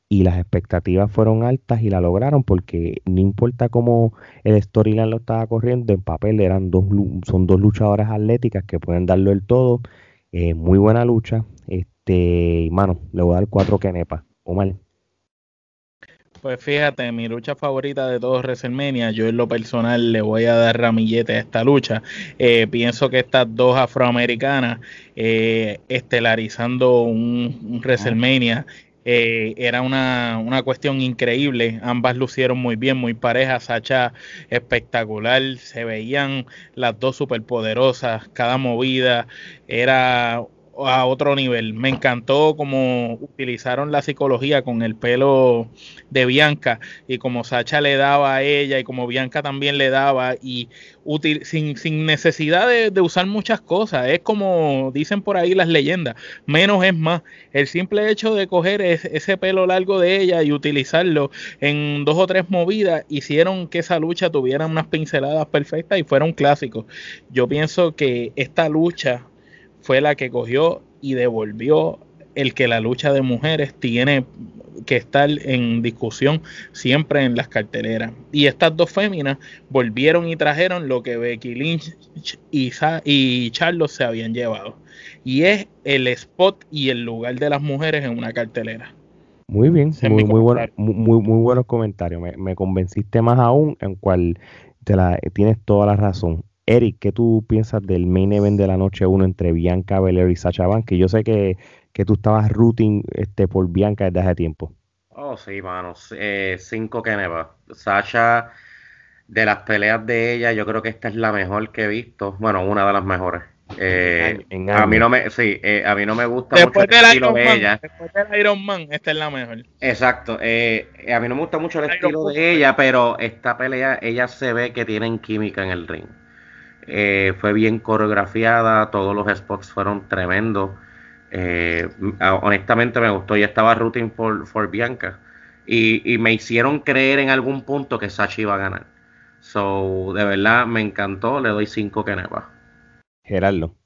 Speaker 1: y las expectativas fueron altas y la lograron porque no importa cómo el storyline lo estaba corriendo, en papel eran dos, lu- son dos luchadoras atléticas que pueden darlo el todo. Eh, muy buena lucha. Este, mano, le voy a dar cuatro kenepas. Omar.
Speaker 4: Pues fíjate, mi lucha favorita de todos WrestleMania, yo en lo personal le voy a dar ramillete a esta lucha. Eh, pienso que estas dos afroamericanas eh, estelarizando un, un WrestleMania eh, era una, una cuestión increíble. Ambas lucieron muy bien, muy parejas. Sacha espectacular, se veían las dos superpoderosas, cada movida era a otro nivel. Me encantó cómo utilizaron la psicología con el pelo de Bianca y como Sacha le daba a ella y como Bianca también le daba y útil, sin, sin necesidad de, de usar muchas cosas. Es como dicen por ahí las leyendas, menos es más. El simple hecho de coger es, ese pelo largo de ella y utilizarlo en dos o tres movidas hicieron que esa lucha tuviera unas pinceladas perfectas y fuera un clásico. Yo pienso que esta lucha fue la que cogió y devolvió el que la lucha de mujeres tiene que estar en discusión siempre en las carteleras. Y estas dos féminas volvieron y trajeron lo que Becky Lynch y, Sa y Charlotte se habían llevado. Y es el spot y el lugar de las mujeres en una cartelera.
Speaker 1: Muy bien,
Speaker 4: Ese es
Speaker 1: muy,
Speaker 4: mi
Speaker 1: muy, bueno,
Speaker 4: comentario.
Speaker 1: muy, muy buenos comentarios. Me, me convenciste más aún, en cual te la, tienes toda la razón. Eric, ¿qué tú piensas del main event de la noche uno entre Bianca Belair y Sacha Banks? Que yo sé que, que tú estabas rooting este, por Bianca desde hace tiempo.
Speaker 3: Oh, sí, mano. Eh, cinco kenepas. Sasha, de las peleas de ella, yo creo que esta es la mejor que he visto. Bueno, una de las mejores.
Speaker 1: En
Speaker 3: Eh,
Speaker 1: años. En
Speaker 3: a mí
Speaker 1: años.
Speaker 3: no me, sí, eh, a mí no me gusta mucho
Speaker 4: Después
Speaker 3: el
Speaker 4: del
Speaker 3: estilo
Speaker 4: Iron
Speaker 3: de
Speaker 4: Man,
Speaker 3: ella.
Speaker 4: después del Iron Man, esta es la mejor.
Speaker 3: Exacto. Eh, eh, a mí no me gusta mucho el
Speaker 4: Iron
Speaker 3: estilo
Speaker 4: Woman,
Speaker 3: de ella,
Speaker 4: perdón.
Speaker 3: pero esta pelea, ella se ve que tienen química en el ring. Eh, fue bien coreografiada, todos los spots fueron tremendos. Eh, honestamente me gustó, yo estaba rooting por, por Bianca y, y me hicieron creer en algún punto que Sachi iba a ganar. So, de verdad me encantó, le doy cinco kenepas.
Speaker 1: Gerardo.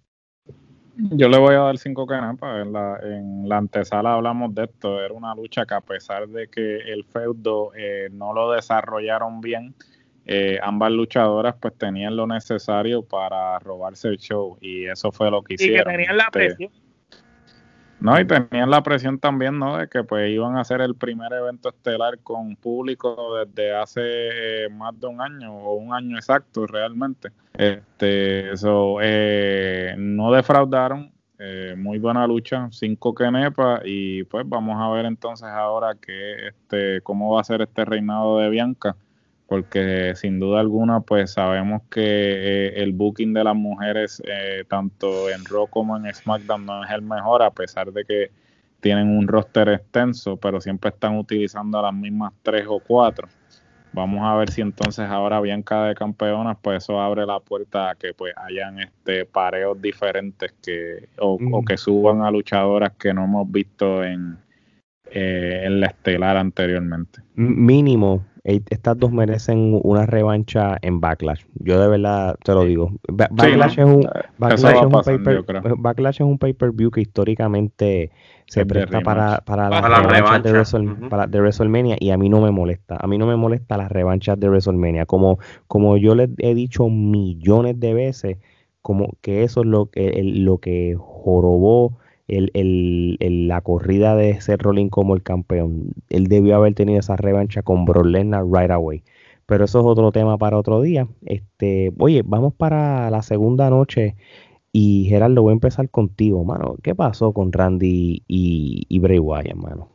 Speaker 2: Yo le voy a dar cinco kenepas. En la, en la antesala hablamos de esto. Era una lucha que, a pesar de que el feudo eh, no lo desarrollaron bien, eh, ambas luchadoras pues tenían lo necesario para robarse el show, y eso fue lo que
Speaker 4: Y que
Speaker 2: hicieron.
Speaker 4: tenían la
Speaker 2: Este,
Speaker 4: presión.
Speaker 2: no, y tenían la presión también, ¿no? De que pues iban a hacer el primer evento estelar con público desde hace eh, más de un año, o un año exacto realmente. Este, eso eh, no defraudaron. Eh, muy buena lucha, cinco kenepas, y pues vamos a ver entonces ahora que este cómo va a ser este reinado de Bianca, porque sin duda alguna pues sabemos que eh, el booking de las mujeres eh, tanto en Raw como en SmackDown no es el mejor, a pesar de que tienen un roster extenso, pero siempre están utilizando a las mismas tres o cuatro. Vamos a ver si entonces ahora Bianca de campeonas, pues eso abre la puerta a que pues hayan este pareos diferentes que o,
Speaker 1: Mm.
Speaker 2: o que suban a luchadoras que no hemos visto en, eh, en la estelar anteriormente.
Speaker 1: Mínimo, eh, estas dos merecen una revancha en Backlash. Yo de verdad te lo digo. Ba- Backlash
Speaker 2: Sí, ¿no?
Speaker 1: es un
Speaker 2: Eso
Speaker 1: Backlash
Speaker 2: va
Speaker 1: es
Speaker 2: a
Speaker 1: un
Speaker 2: pasar,
Speaker 1: paper
Speaker 2: yo creo.
Speaker 1: Backlash es un pay-per-view que históricamente se
Speaker 2: Es de
Speaker 1: presta para,
Speaker 2: rematch.
Speaker 1: para las
Speaker 3: Para la
Speaker 1: revanchas de,
Speaker 3: revancha.
Speaker 1: Wrestle-
Speaker 3: Ujú.
Speaker 1: para- de WrestleMania, y a mí no me molesta. A mí no me molesta las revanchas de WrestleMania. Como, como yo les he dicho millones de veces, como que eso es lo que, el- lo que jorobó el, el- el- la corrida de Seth Rollins como el campeón. Él debió haber tenido esa revancha con Brock Lesnar right away. Pero eso es otro tema para otro día. Este, oye, vamos para la segunda noche. Y Gerardo, voy a empezar contigo, mano. ¿Qué pasó con Randy y, y Bray Wyatt, mano?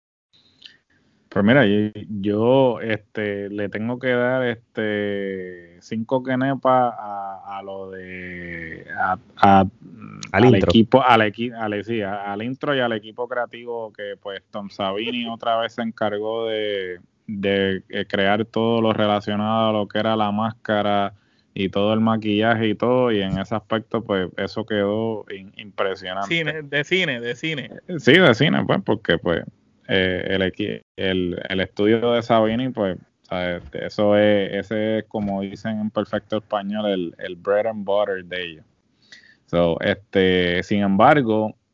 Speaker 2: Pues mira, yo, yo, este, le tengo que dar este cinco kenepas a, a lo de a, a-
Speaker 1: Al
Speaker 2: al
Speaker 1: intro.
Speaker 2: equipo, al, equi, al, sí, a- al intro y al equipo creativo, que pues Tom Savini otra vez se encargó de, de eh, crear todo lo relacionado a lo que era la máscara y todo el maquillaje y todo, y en ese aspecto pues eso quedó in- impresionante.
Speaker 4: Cine, de cine, de cine.
Speaker 2: Sí, de cine, pues, porque pues eh, el, equi- el, el estudio de Sabini, pues, ¿sabes? Eso es, ese es, como dicen en perfecto español, el, el bread and butter de ellos. So, este, sin embargo,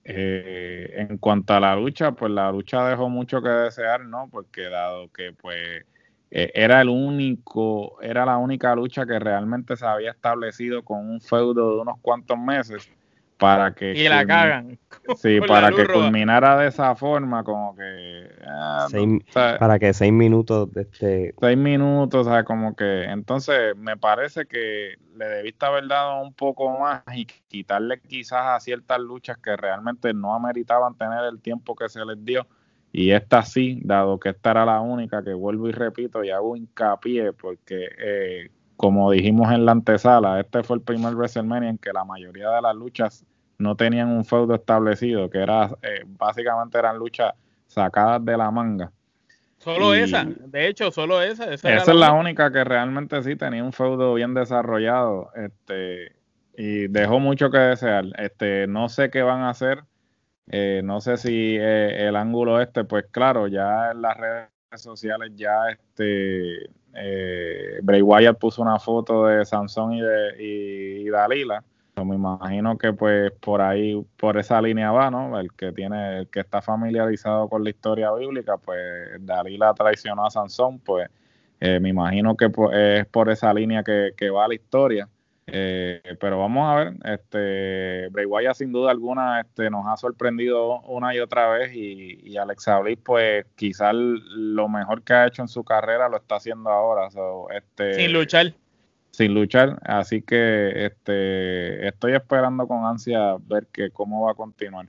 Speaker 2: Eh, en cuanto a la lucha, pues la lucha dejó mucho que desear, ¿no? Porque dado que pues eh, era el único, era la única lucha que realmente se había establecido con un feudo de unos cuantos meses para que
Speaker 4: y la cagan.
Speaker 2: Sí, para que culminara de esa forma, como que ah,
Speaker 1: seis,
Speaker 2: o sea,
Speaker 1: para que seis minutos de este
Speaker 2: seis minutos, o sea, como que entonces me parece que le debiste haber dado un poco más y quitarle quizás a ciertas luchas que realmente no ameritaban tener el tiempo que se les dio, y esta sí, dado que esta era la única, que vuelvo y repito y hago hincapié porque eh, como dijimos en la antesala, este fue el primer WrestleMania en que la mayoría de las luchas no tenían un feudo establecido, que era eh, básicamente eran luchas sacadas de la manga.
Speaker 4: Solo y esa, de hecho, solo esa. Esa,
Speaker 2: esa es la única que realmente sí tenía un feudo bien desarrollado, este, y dejó mucho que desear. Este, no sé qué van a hacer, eh, no sé si eh, el ángulo este, pues claro, ya en las redes sociales ya este eh, Bray Wyatt puso una foto de Sansón y de y, y Dalila. Me imagino que pues por ahí, por esa línea va, ¿no? El que tiene, el que está familiarizado con la historia bíblica, pues Dalila traicionó a Sansón, pues eh, me imagino que pues, es por esa línea que, que va la historia. Eh, pero vamos a ver, este Bray Wyatt sin duda alguna este, nos ha sorprendido una y otra vez, y, y Alexa Bliss pues quizás lo mejor que ha hecho en su carrera lo está haciendo ahora, so, este,
Speaker 4: sin luchar.
Speaker 2: sin luchar, así que este estoy esperando con ansia ver que cómo va a continuar,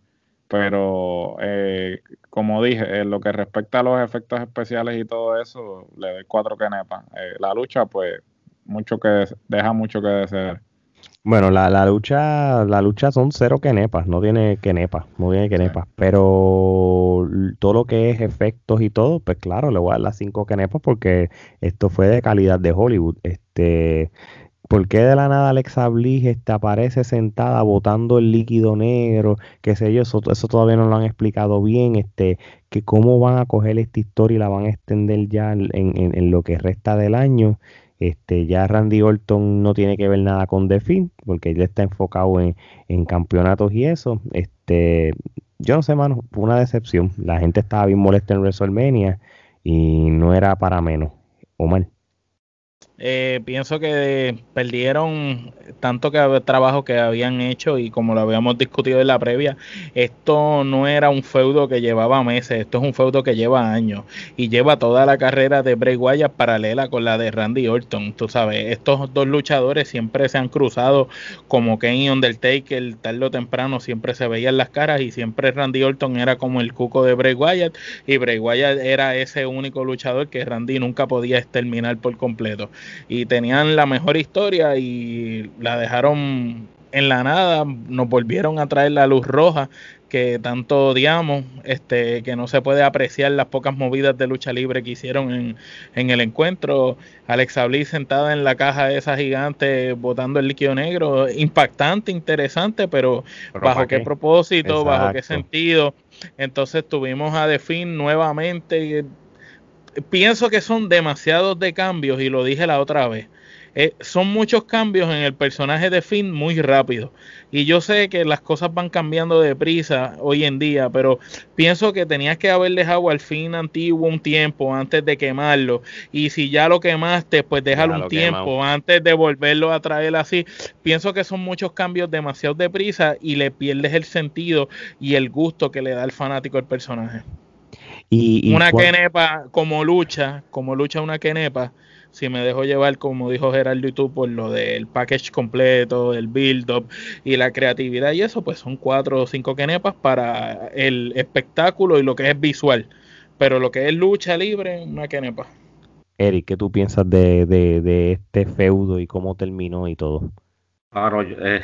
Speaker 2: pero eh, como dije, en lo que respecta a los efectos especiales y todo eso, le doy cuatro quenepas. Eh, la lucha pues mucho que deja mucho que desear.
Speaker 1: Bueno, la, la lucha, la lucha son cero quenepas, no tiene quenepas, no tiene quenepas, sí. Pero todo lo que es efectos y todo, pues claro, le voy a dar las cinco quenepas porque esto fue de calidad de Hollywood. Este, ¿por qué de la nada Alexa Bliss este, aparece sentada botando el líquido negro? Qué sé yo, eso, eso todavía no lo han explicado bien, este, que cómo van a coger esta historia y la van a extender ya en, en, en lo que resta del año. Este, ya Randy Orton no tiene que ver nada con The Fiend, porque él está enfocado en, en campeonatos y eso. Este, yo no sé, mano, fue una decepción. La gente estaba bien molesta en WrestleMania y no era para menos. Omar.
Speaker 4: Eh, pienso que perdieron tanto que trabajo que habían hecho, y como lo habíamos discutido en la previa, esto no era un feudo que llevaba meses, esto es un feudo que lleva años y lleva toda la carrera de Bray Wyatt paralela con la de Randy Orton. Tú sabes, estos dos luchadores siempre se han cruzado como Kane y Undertaker, tarde o temprano siempre se veían las caras, y siempre Randy Orton era como el cuco de Bray Wyatt y Bray Wyatt era ese único luchador que Randy nunca podía exterminar por completo. Y tenían la mejor historia y la dejaron en la nada. Nos volvieron a traer la luz roja que tanto odiamos, este, que no se puede apreciar las pocas movidas de lucha libre que hicieron en, en el encuentro. Alexa Bliss sentada en la caja esa gigante botando el líquido negro, impactante, interesante, pero, pero ¿bajo qué, qué propósito? Exacto. ¿Bajo qué sentido? Entonces tuvimos a The Fiend nuevamente. Pienso que son demasiados de cambios, y lo dije la otra vez. Eh, son muchos cambios en el personaje de Finn muy rápido. Y yo sé que las cosas van cambiando deprisa hoy en día, pero pienso que tenías que haber dejado al Finn antiguo un tiempo antes de quemarlo. Y si ya lo quemaste, pues déjalo un tiempo quemado. Antes de volverlo a traer así. Pienso que son muchos cambios demasiado deprisa y le pierdes el sentido y el gusto que le da al fanático el personaje. Y, y una cuál... quenepa como lucha, como lucha una quenepa, si me dejo llevar, como dijo Gerardo y tú, por lo del package completo, el build-up y la creatividad y eso, pues son cuatro o cinco quenepas para el espectáculo y lo que es visual. Pero lo que es lucha libre, una quenepa.
Speaker 1: Eric, ¿qué tú piensas de, de, de este feudo y cómo terminó y todo?
Speaker 3: Claro, eh,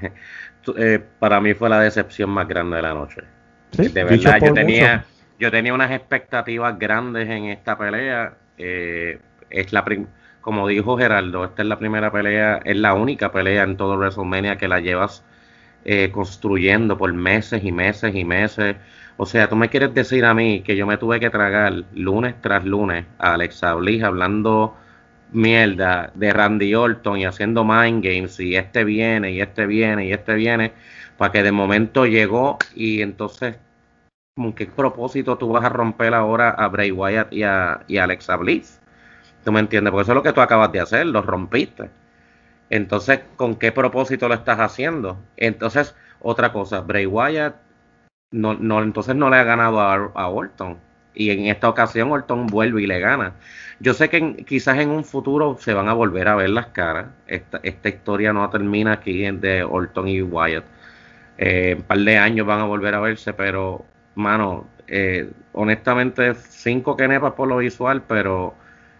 Speaker 3: eh, para mí fue la decepción más grande de la noche. ¿Sí? De verdad, yo tenía... Mucho. Yo tenía unas expectativas grandes en esta pelea. Eh, es la prim- como dijo Gerardo, esta es la primera pelea, es la única pelea en todo WrestleMania que la llevas eh, construyendo por meses y meses y meses. O sea, tú me quieres decir a mí que yo me tuve que tragar lunes tras lunes a Alexa Bliss hablando mierda de Randy Orton y haciendo mind games, y este viene, y este viene, y este viene, para que de momento llegó y entonces, ¿con qué propósito tú vas a romper ahora a Bray Wyatt y a, y a Alexa Bliss? ¿Tú me entiendes? Porque eso es lo que tú acabas de hacer, lo rompiste. Entonces, ¿con qué propósito lo estás haciendo? Entonces, otra cosa, Bray Wyatt no, no, entonces no le ha ganado a, a Orton. Y en esta ocasión Orton vuelve y le gana. Yo sé que en, quizás en un futuro se van a volver a ver las caras. Esta, esta historia no termina aquí en de Orton y Wyatt. Eh, un par de años van a volver a verse, pero, mano, eh, honestamente, cinco kenepas por lo visual, pero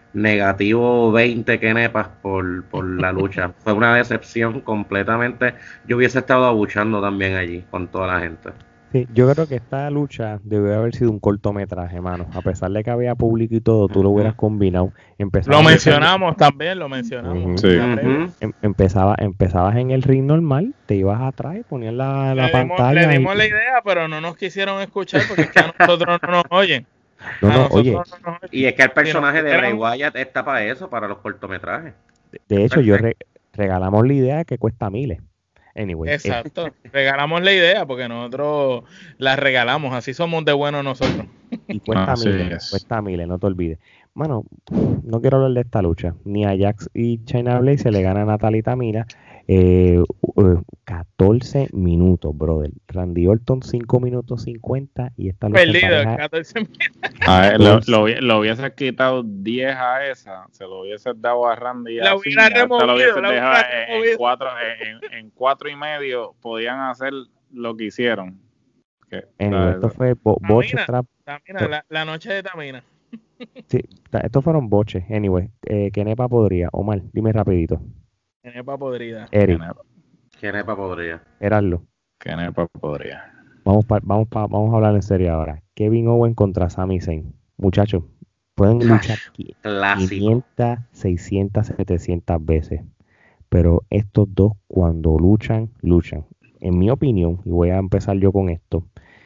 Speaker 3: negativo veinte kenepas por, por la lucha. Fue una decepción completamente. Yo hubiese estado abuchando también allí con toda la gente.
Speaker 1: Sí, yo creo que esta lucha debió haber sido un cortometraje, mano. A pesar de que había público y todo, tú lo hubieras combinado.
Speaker 4: Empezabas lo mencionamos en... también, lo mencionamos.
Speaker 1: Uh-huh. Sí. Uh-huh. Em, empezaba, empezabas en el ring normal, te ibas atrás y ponías la, la
Speaker 4: le
Speaker 1: pantalla.
Speaker 4: Dimos, le dimos
Speaker 1: y...
Speaker 4: la idea, pero no nos quisieron escuchar porque es que a nosotros no nos oyen.
Speaker 1: No, no, oye.
Speaker 3: No nos oyen. Y es que el personaje de Bray Wyatt está para eso, para los cortometrajes.
Speaker 1: De, de hecho, yo re, regalamos la idea que cuesta miles. Anyway,
Speaker 4: exacto, eh. regalamos la idea porque nosotros la regalamos, así somos de buenos nosotros.
Speaker 1: Y cuesta ah, miles, sí, cuesta miles, no te olvides. Mano, no quiero hablar de esta lucha. Ni a Jax y Shayna Baszler se le gana a Natalya y Tamina. Eh, uh, catorce minutos, brother. Randy Orton cinco minutos cincuenta y esta lucha
Speaker 4: perdido,
Speaker 1: pareja...
Speaker 4: catorce minutos.
Speaker 2: A ver, lo, lo, lo hubiese quitado diez a esa, se lo hubiese dado a Randy y a
Speaker 4: la hubiera removido,
Speaker 2: lo hubiese
Speaker 4: la
Speaker 2: dejado
Speaker 4: en,
Speaker 2: en, cuatro, en, en cuatro y medio, podían hacer lo que hicieron.
Speaker 1: Que, anyway, esto fue bo boche trap.
Speaker 4: Tamina, la, la noche de Tamina.
Speaker 1: Sí, estos fueron boches. Anyway, eh, ¿qué nepa podría? Omar, dime rapidito.
Speaker 4: ¿Qué nepa podría?
Speaker 1: Eric.
Speaker 3: ¿Qué nepa podría?
Speaker 1: Eraslo.
Speaker 2: ¿Qué nepa podría?
Speaker 1: Vamos, pa, vamos, pa, vamos a hablar en serio ahora. Kevin Owens contra Sami Zayn. Muchachos, pueden luchar quinientas, seiscientas, setecientas veces. Pero estos dos cuando luchan, luchan. En mi opinión, y voy a empezar yo con esto,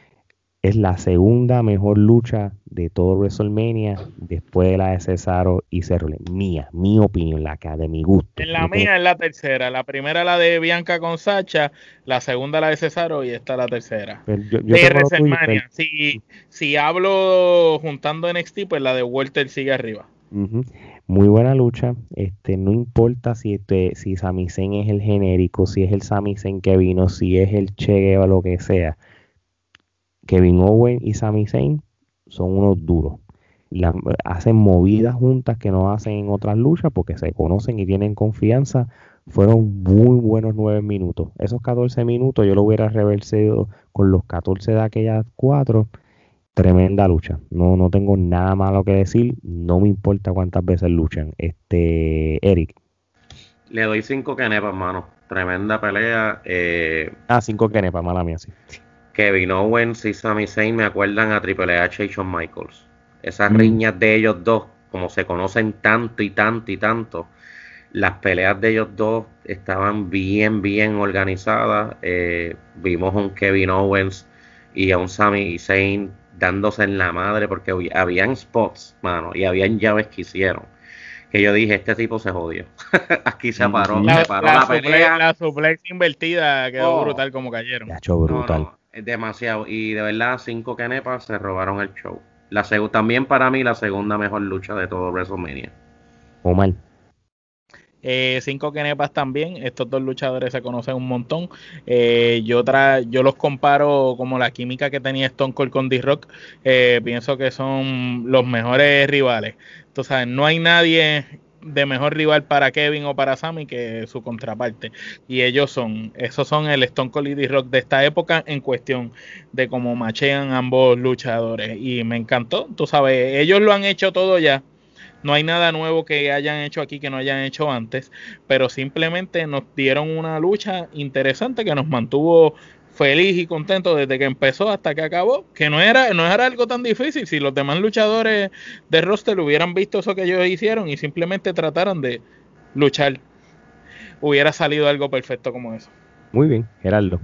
Speaker 1: es la segunda mejor lucha de todo WrestleMania después de la de Cesaro y Cerrole. Mía, mi opinión, la que de mi gusto.
Speaker 4: En la mía es la tercera. La primera la de Bianca con Sacha, la segunda la de Cesaro y esta la tercera.
Speaker 1: Pero yo, yo
Speaker 4: de WrestleMania. Pero... Si, si hablo juntando N X T, pues la de Walter sigue arriba.
Speaker 1: Uh-huh. Muy buena lucha. Este, no importa si este, si Sami Zayn es el genérico, si es el Sami Zayn que vino, si es el Che Guevara, lo que sea. Kevin Owens y Sami Zayn son unos duros. La, hacen movidas juntas que no hacen en otras luchas porque se conocen y tienen confianza. Fueron muy buenos nueve minutos. Esos catorce minutos yo lo hubiera reversado con los catorce de aquellas cuatro. Tremenda lucha. No, no tengo nada malo que decir. No me importa cuántas veces luchan. Este, Eric.
Speaker 3: Le doy cinco kenepas, hermano. Tremenda pelea. Eh...
Speaker 1: Ah, cinco kenepas, mala mía, sí.
Speaker 3: Kevin Owens y Sami Zayn me acuerdan a Triple H y Shawn Michaels. Esas mm. riñas de ellos dos, como se conocen tanto y tanto y tanto, las peleas de ellos dos estaban bien, bien organizadas. Eh, vimos a un Kevin Owens y a un Sami Zayn dándose en la madre porque habían spots, mano, y habían llaves que hicieron. Que yo dije, este tipo se jodió. Aquí se paró,
Speaker 4: la,
Speaker 3: se paró
Speaker 4: la,
Speaker 3: la, la
Speaker 4: suplex,
Speaker 3: pelea.
Speaker 4: La suplex invertida quedó
Speaker 3: oh,
Speaker 4: brutal como cayeron.
Speaker 1: Cacho brutal.
Speaker 3: No, no, es demasiado. Y de verdad, cinco kenepas se robaron el show. La seg- también para mí la segunda mejor lucha de todo WrestleMania.
Speaker 1: Omar.
Speaker 4: Eh, cinco kenepas también. Estos dos luchadores se conocen un montón. Eh, yo, tra- yo los comparo como la química que tenía Stone Cold con D-Rock. Eh, pienso que son los mejores rivales. Entonces, no hay nadie de mejor rival para Kevin o para Sami que su contraparte. Y ellos son, esos son el Stone Cold y D-Rock de esta época en cuestión de cómo machean ambos luchadores. Y me encantó. Tú sabes, ellos lo han hecho todo ya. No hay nada nuevo que hayan hecho aquí que no hayan hecho antes, pero simplemente nos dieron una lucha interesante que nos mantuvo feliz y contento desde que empezó hasta que acabó, que no era, no era algo tan difícil. Si los demás luchadores de roster hubieran visto eso que ellos hicieron y simplemente trataran de luchar, hubiera salido algo perfecto como eso.
Speaker 1: Muy bien, Gerardo.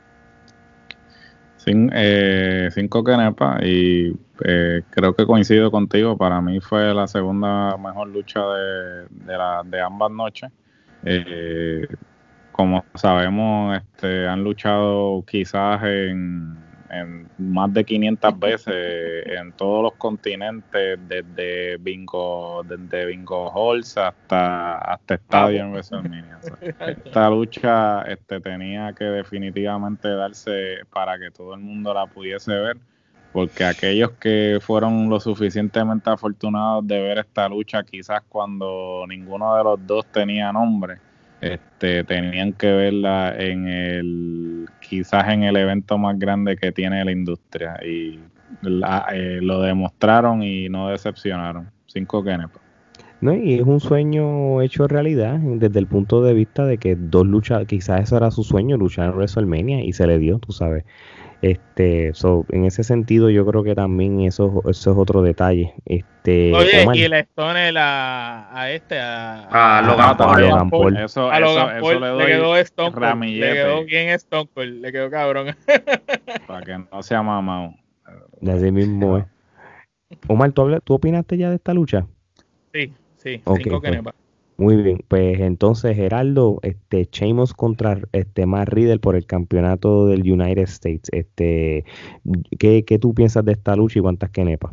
Speaker 2: Sin, eh, cinco kenepas y eh, creo que coincido contigo. Para mí fue la segunda mejor lucha de, de, la, de ambas noches. Eh, como sabemos, este, han luchado quizás en, en más de quinientas veces en todos los continentes, desde Bingo, desde Bingo Halls hasta, hasta Estadio en WrestleMania. O sea, esta lucha este, tenía que definitivamente darse para que todo el mundo la pudiese ver, porque aquellos que fueron lo suficientemente afortunados de ver esta lucha quizás cuando ninguno de los dos tenía nombre, este, tenían que verla en el quizás en el evento más grande que tiene la industria, y la, eh, lo demostraron y no decepcionaron. Cinco kenepas.
Speaker 1: No, y es un sueño hecho realidad desde el punto de vista de que dos luchas, quizás eso era su sueño, luchar en WrestleMania, y se le dio, tú sabes. Este, so, en ese sentido yo creo que también eso, eso es otro detalle. Este,
Speaker 4: Oye,
Speaker 1: Omar,
Speaker 4: y el Stone a, a este, a,
Speaker 3: A Logan Paul.
Speaker 1: a Logan Paul.
Speaker 2: Eso,
Speaker 4: a
Speaker 2: eso,
Speaker 4: Logan
Speaker 2: eso
Speaker 4: Paul
Speaker 2: le
Speaker 4: le,
Speaker 2: doy
Speaker 4: quedó Stone Cold,
Speaker 2: ramillete
Speaker 4: le quedó bien Stone Cold, le quedó cabrón.
Speaker 2: para que no sea mamado.
Speaker 1: así mismo es. Omar, ¿tú, habla- ¿tú opinaste ya de esta lucha?
Speaker 4: Sí, sí,
Speaker 1: Ok,
Speaker 4: cinco
Speaker 1: pues,
Speaker 4: kenepas.
Speaker 1: muy bien, pues entonces Geraldo, este, Sheamus contra este Matt Riddle por el campeonato del United States. Este, ¿qué, qué tú piensas de esta lucha y cuántas kenepas?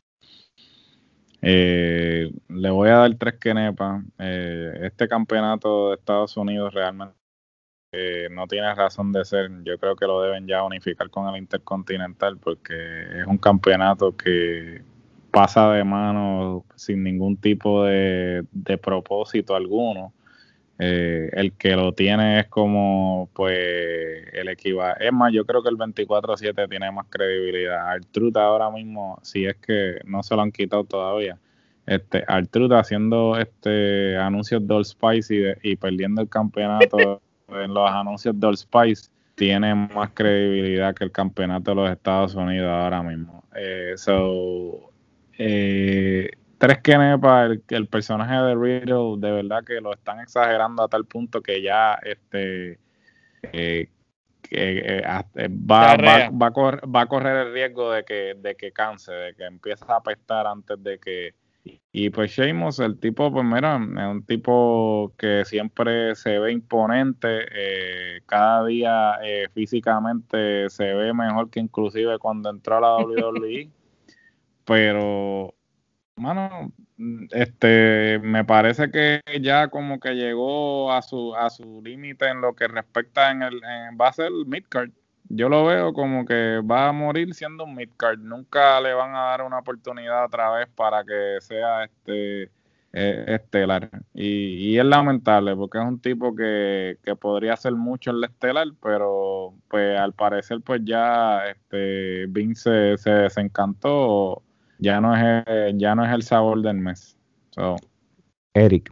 Speaker 2: Eh, le voy a dar tres kenepas. Eh, este campeonato de Estados Unidos realmente eh, no tiene razón de ser. Yo creo que lo deben ya unificar con el Intercontinental, porque es un campeonato que pasa de mano sin ningún tipo de, de propósito alguno. Eh, el que lo tiene es como pues el equivalente. Es más, yo creo que el veinticuatro siete tiene más credibilidad. R-Truth ahora mismo, si es que no se lo han quitado todavía, este R-Truth haciendo este anuncios de Old Spice y, de, y perdiendo el campeonato en los anuncios de Old Spice, tiene más credibilidad que el campeonato de los Estados Unidos ahora mismo. Eh, so, eh, tres kenepas. El, el personaje de Riddle, de verdad que lo están exagerando a tal punto que ya este eh, que, eh, va, va, va, a correr, va a correr el riesgo de que, de que canse, de que empiece a apestar antes de que. Y pues Sheamus, el tipo, pues mira, es un tipo que siempre se ve imponente, eh, cada día eh, físicamente se ve mejor que inclusive cuando entró a la W W E, pero mano, este, me parece que ya como que llegó a su a su límite en lo que respecta en el en, va a ser midcard. Yo lo veo como que va a morir siendo un midcard. Nunca le van a dar una oportunidad otra vez para que sea este eh, estelar. Y, y es lamentable porque es un tipo que, que podría hacer mucho en la estelar, pero pues al parecer pues ya este Vince se, se desencantó. Ya no es el, ya no es el sabor del mes. So.
Speaker 1: Eric.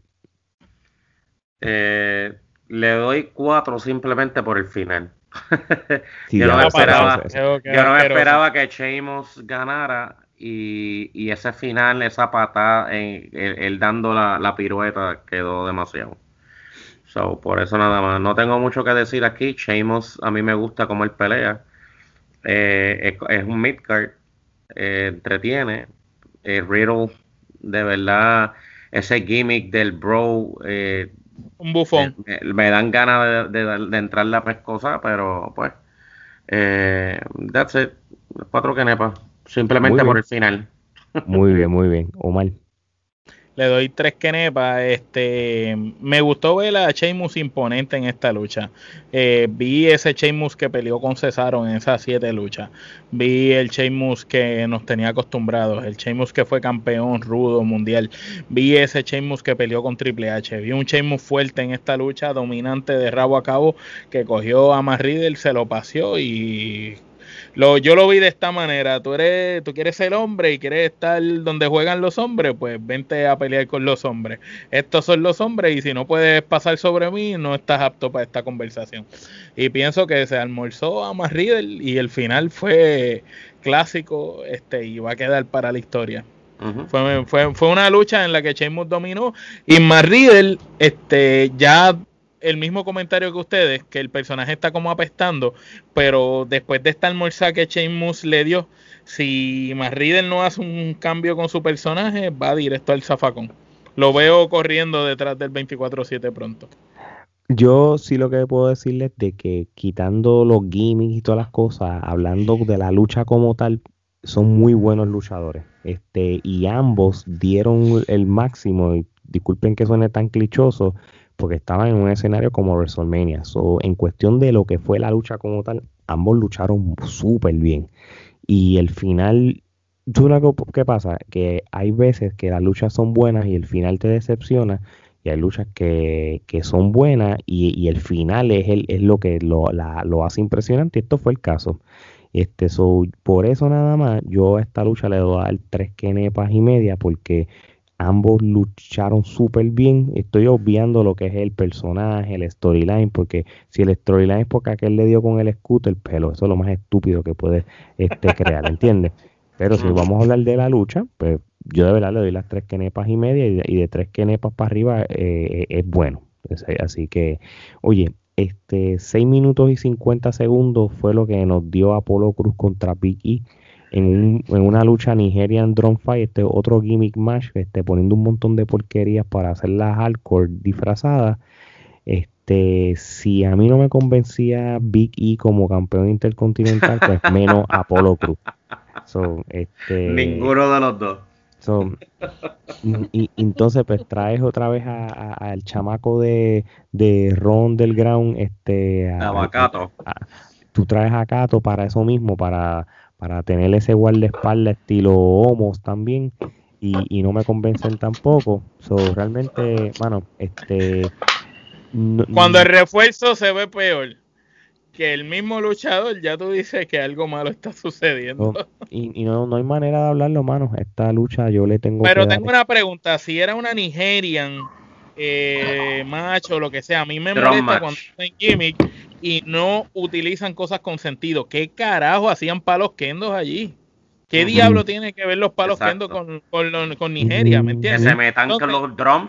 Speaker 3: Eh, le doy cuatro simplemente por el final.
Speaker 1: Sí,
Speaker 3: yo, no me esperaba,
Speaker 1: eso, eso, eso.
Speaker 3: yo no me esperaba que Sheamus ganara y, y ese final, esa patada, en, él, él dando la, la pirueta quedó demasiado. So, por eso nada más. No tengo mucho que decir aquí. Sheamus a mí me gusta como él pelea. Eh, es, es un midcard. Eh, entretiene. Eh, Riddle, de verdad, ese gimmick del bro, eh,
Speaker 4: un bufón.
Speaker 3: Me, me dan ganas de, de, de entrar la pescosa, pero pues, eh, that's it. Cuatro kenepas, simplemente por el final.
Speaker 1: Muy bien, muy bien. Omar.
Speaker 4: Le doy tres kenepas. Este, me gustó ver a Sheamus imponente en esta lucha. Eh, vi ese Sheamus que peleó con Cesaro en esas siete luchas. Vi el Sheamus que nos tenía acostumbrados. El Sheamus que fue campeón rudo mundial. Vi ese Sheamus que peleó con Triple H. Vi un Sheamus fuerte en esta lucha, dominante de rabo a cabo, que cogió a Matt Riddle, se lo paseó y... Lo, yo lo vi de esta manera. Tú eres, tú quieres ser hombre y quieres estar donde juegan los hombres, pues vente a pelear con los hombres. Estos son los hombres y si no puedes pasar sobre mí, no estás apto para esta conversación. Y pienso que se almorzó a Matt Riddle y el final fue clásico, este, y va a quedar para la historia. Uh-huh. Fue, fue, fue una lucha en la que Sheamus dominó y Matt Riddle, este, ya el mismo comentario que ustedes, que el personaje está como apestando, pero después de esta almorzada que Sheamus le dio, si Matt Riddle no hace un cambio con su personaje, va directo al zafacón. Lo veo corriendo detrás del veinticuatro siete pronto.
Speaker 1: Yo sí lo que puedo decirles de que quitando los gimmicks y todas las cosas, hablando de la lucha como tal, son muy buenos luchadores. Este, y ambos dieron el máximo, y disculpen que suene tan clichoso, porque estaban en un escenario como WrestleMania. So, en cuestión de lo que fue la lucha como tal, ambos lucharon súper bien. Y el final, ¿tú sabes qué pasa? Que hay veces que las luchas son buenas y el final te decepciona, y hay luchas que, que son buenas y, y el final es, el, es lo que lo, la- lo hace impresionante. Y esto fue el caso. Este, so, por eso nada más, yo a esta lucha le doy a dar tres quenepas y media, porque ambos lucharon súper bien. Estoy obviando lo que es el personaje, el storyline, porque si el storyline es porque aquel le dio con el scooter, pero eso es lo más estúpido que puede este, crear, ¿entiendes? Pero si
Speaker 3: Ujú.
Speaker 1: vamos a hablar de la lucha, pues yo de verdad le doy las tres quenepas y media, y de, y de tres quenepas para arriba eh, es bueno. Es- Así que, oye, este seis minutos y cincuenta segundos fue lo que nos dio Apolo Cruz contra Big E en, un- en una lucha Nigerian Drum Fight, este otro gimmick match, este, poniendo un montón de porquerías para hacerlas hardcore disfrazadas. Este, si a mí no me convencía Big E como campeón intercontinental, pues menos Apolo Cruz. So, este,
Speaker 3: Ninguno de los dos.
Speaker 1: so, y, y entonces pues traes otra vez a- a- al chamaco de, de Ron del Ground, este, a- al- al-
Speaker 3: Abacato.
Speaker 1: a- tú traes a Cato para eso mismo, para, para tener ese guardaespaldas estilo Homos también, y, y no me convencen tampoco. So, realmente, mano, este, no-
Speaker 4: Cuando el
Speaker 1: n-
Speaker 4: refuerzo se ve peor que el mismo luchador, ya tú dices que algo malo está sucediendo.
Speaker 1: no- y, y no, no hay manera de hablarlo, mano. Esta lucha yo le tengo que
Speaker 4: Pero
Speaker 1: dar.
Speaker 4: tengo una pregunta, si era una Nigerian eh, macho o lo que sea, a mí me
Speaker 3: Drum
Speaker 4: molesta cuando
Speaker 3: match.
Speaker 4: hacen gimmick y no utilizan cosas con sentido. ¿Qué carajo hacían palos kendos allí? ¿Qué
Speaker 3: Ujú.
Speaker 4: diablo tiene que ver los palos kendo
Speaker 3: Exacto.
Speaker 4: con, con, lo- con Nigeria? ¿Me
Speaker 1: Mm,
Speaker 3: Que
Speaker 4: entiendes?
Speaker 3: se metan con
Speaker 4: Entonces,
Speaker 3: los drums.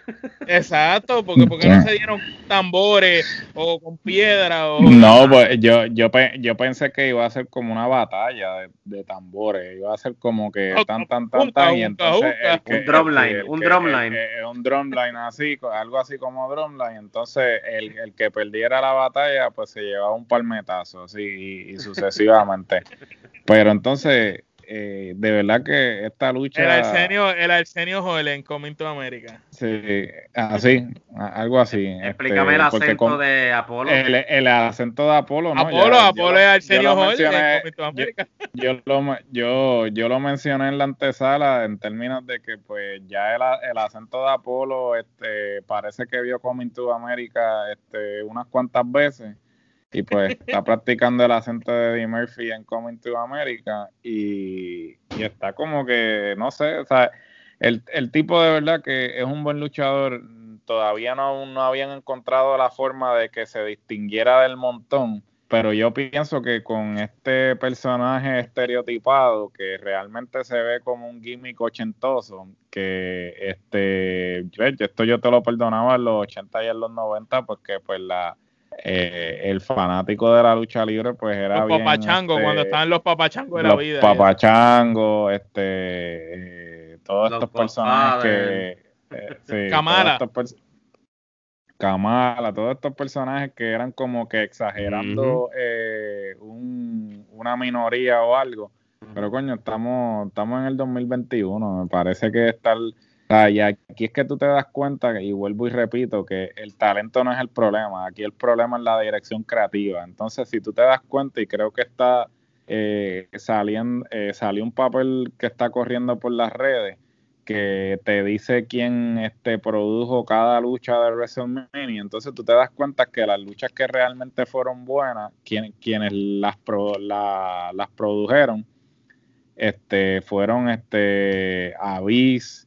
Speaker 4: exacto, porque porque no se dieron con tambores o con piedra o
Speaker 2: No, pues yo, yo, pe- yo pensé que iba a ser como una batalla de, de tambores, iba a ser como que tan, tan, tan,
Speaker 4: Junca,
Speaker 2: tan, y
Speaker 4: junca,
Speaker 2: entonces
Speaker 4: junca.
Speaker 2: el que,
Speaker 3: Un drum
Speaker 2: el que,
Speaker 3: line,
Speaker 2: el
Speaker 3: un
Speaker 2: que,
Speaker 3: drum
Speaker 2: el-
Speaker 3: line.
Speaker 2: eh, un drumline así, co- algo así como drumline, entonces el, el que perdiera la batalla, pues se llevaba un palmetazo, así, y, y sucesivamente. Pero entonces, eh, de verdad que esta
Speaker 4: El
Speaker 2: lucha,
Speaker 4: Arsenio, el Arsenio Joel en Coming to America.
Speaker 2: sí, así, a- algo así,
Speaker 3: Explícame el
Speaker 2: este, porque
Speaker 3: acento
Speaker 2: con
Speaker 3: de Apolo.
Speaker 2: el, el acento de Apolo, ¿no?
Speaker 4: Apolo,
Speaker 2: Ya, yo
Speaker 4: Apolo
Speaker 2: lo,
Speaker 4: es
Speaker 2: yo
Speaker 4: Arsenio
Speaker 2: lo
Speaker 4: Joel en
Speaker 2: mencioné,
Speaker 4: Coming to
Speaker 2: yo,
Speaker 4: America.
Speaker 2: yo lo, me- yo, yo lo mencioné en la antesala en términos de que pues ya el, a- el acento de Apolo este, parece que vio Coming to America este, unas cuantas veces y pues está practicando el acento de Eddie Murphy en Coming to America y, y está como que, no sé, o sea, el, el tipo de verdad que es un buen luchador, todavía no, no habían encontrado la forma de que se distinguiera del montón, pero yo pienso que con este personaje estereotipado que realmente se ve como un gimmick ochentoso, que este, yo, esto yo te lo perdonaba en los ochenta y en los noventa, porque pues la eh, el fanático de la lucha libre pues era
Speaker 4: Los
Speaker 2: bien
Speaker 4: papachangos,
Speaker 2: este,
Speaker 4: cuando estaban los papachangos de la
Speaker 2: los
Speaker 4: vida.
Speaker 2: papachangos, este, eh, todos
Speaker 3: Los
Speaker 2: estos personajes
Speaker 3: Godfather.
Speaker 2: que, eh, sí,
Speaker 4: Kamala.
Speaker 2: todos estos pers- Kamala, todos estos personajes que eran como que exagerando eh, un- una minoría o algo. Pero coño, estamos, estamos en el dos mil veintiuno, me parece que estar, o sea, y aquí es que tú te das cuenta, y vuelvo y repito, que el talento no es el problema, aquí el problema es la dirección creativa. Entonces, si tú te das cuenta, y creo que está eh, saliendo, eh, salió un papel que está corriendo por las redes, que te dice quién este, produjo cada lucha de WrestleMania. Entonces tú te das cuenta que las luchas que realmente fueron buenas, quien, quienes las, pro, la, las produjeron, este, fueron este, Abyss,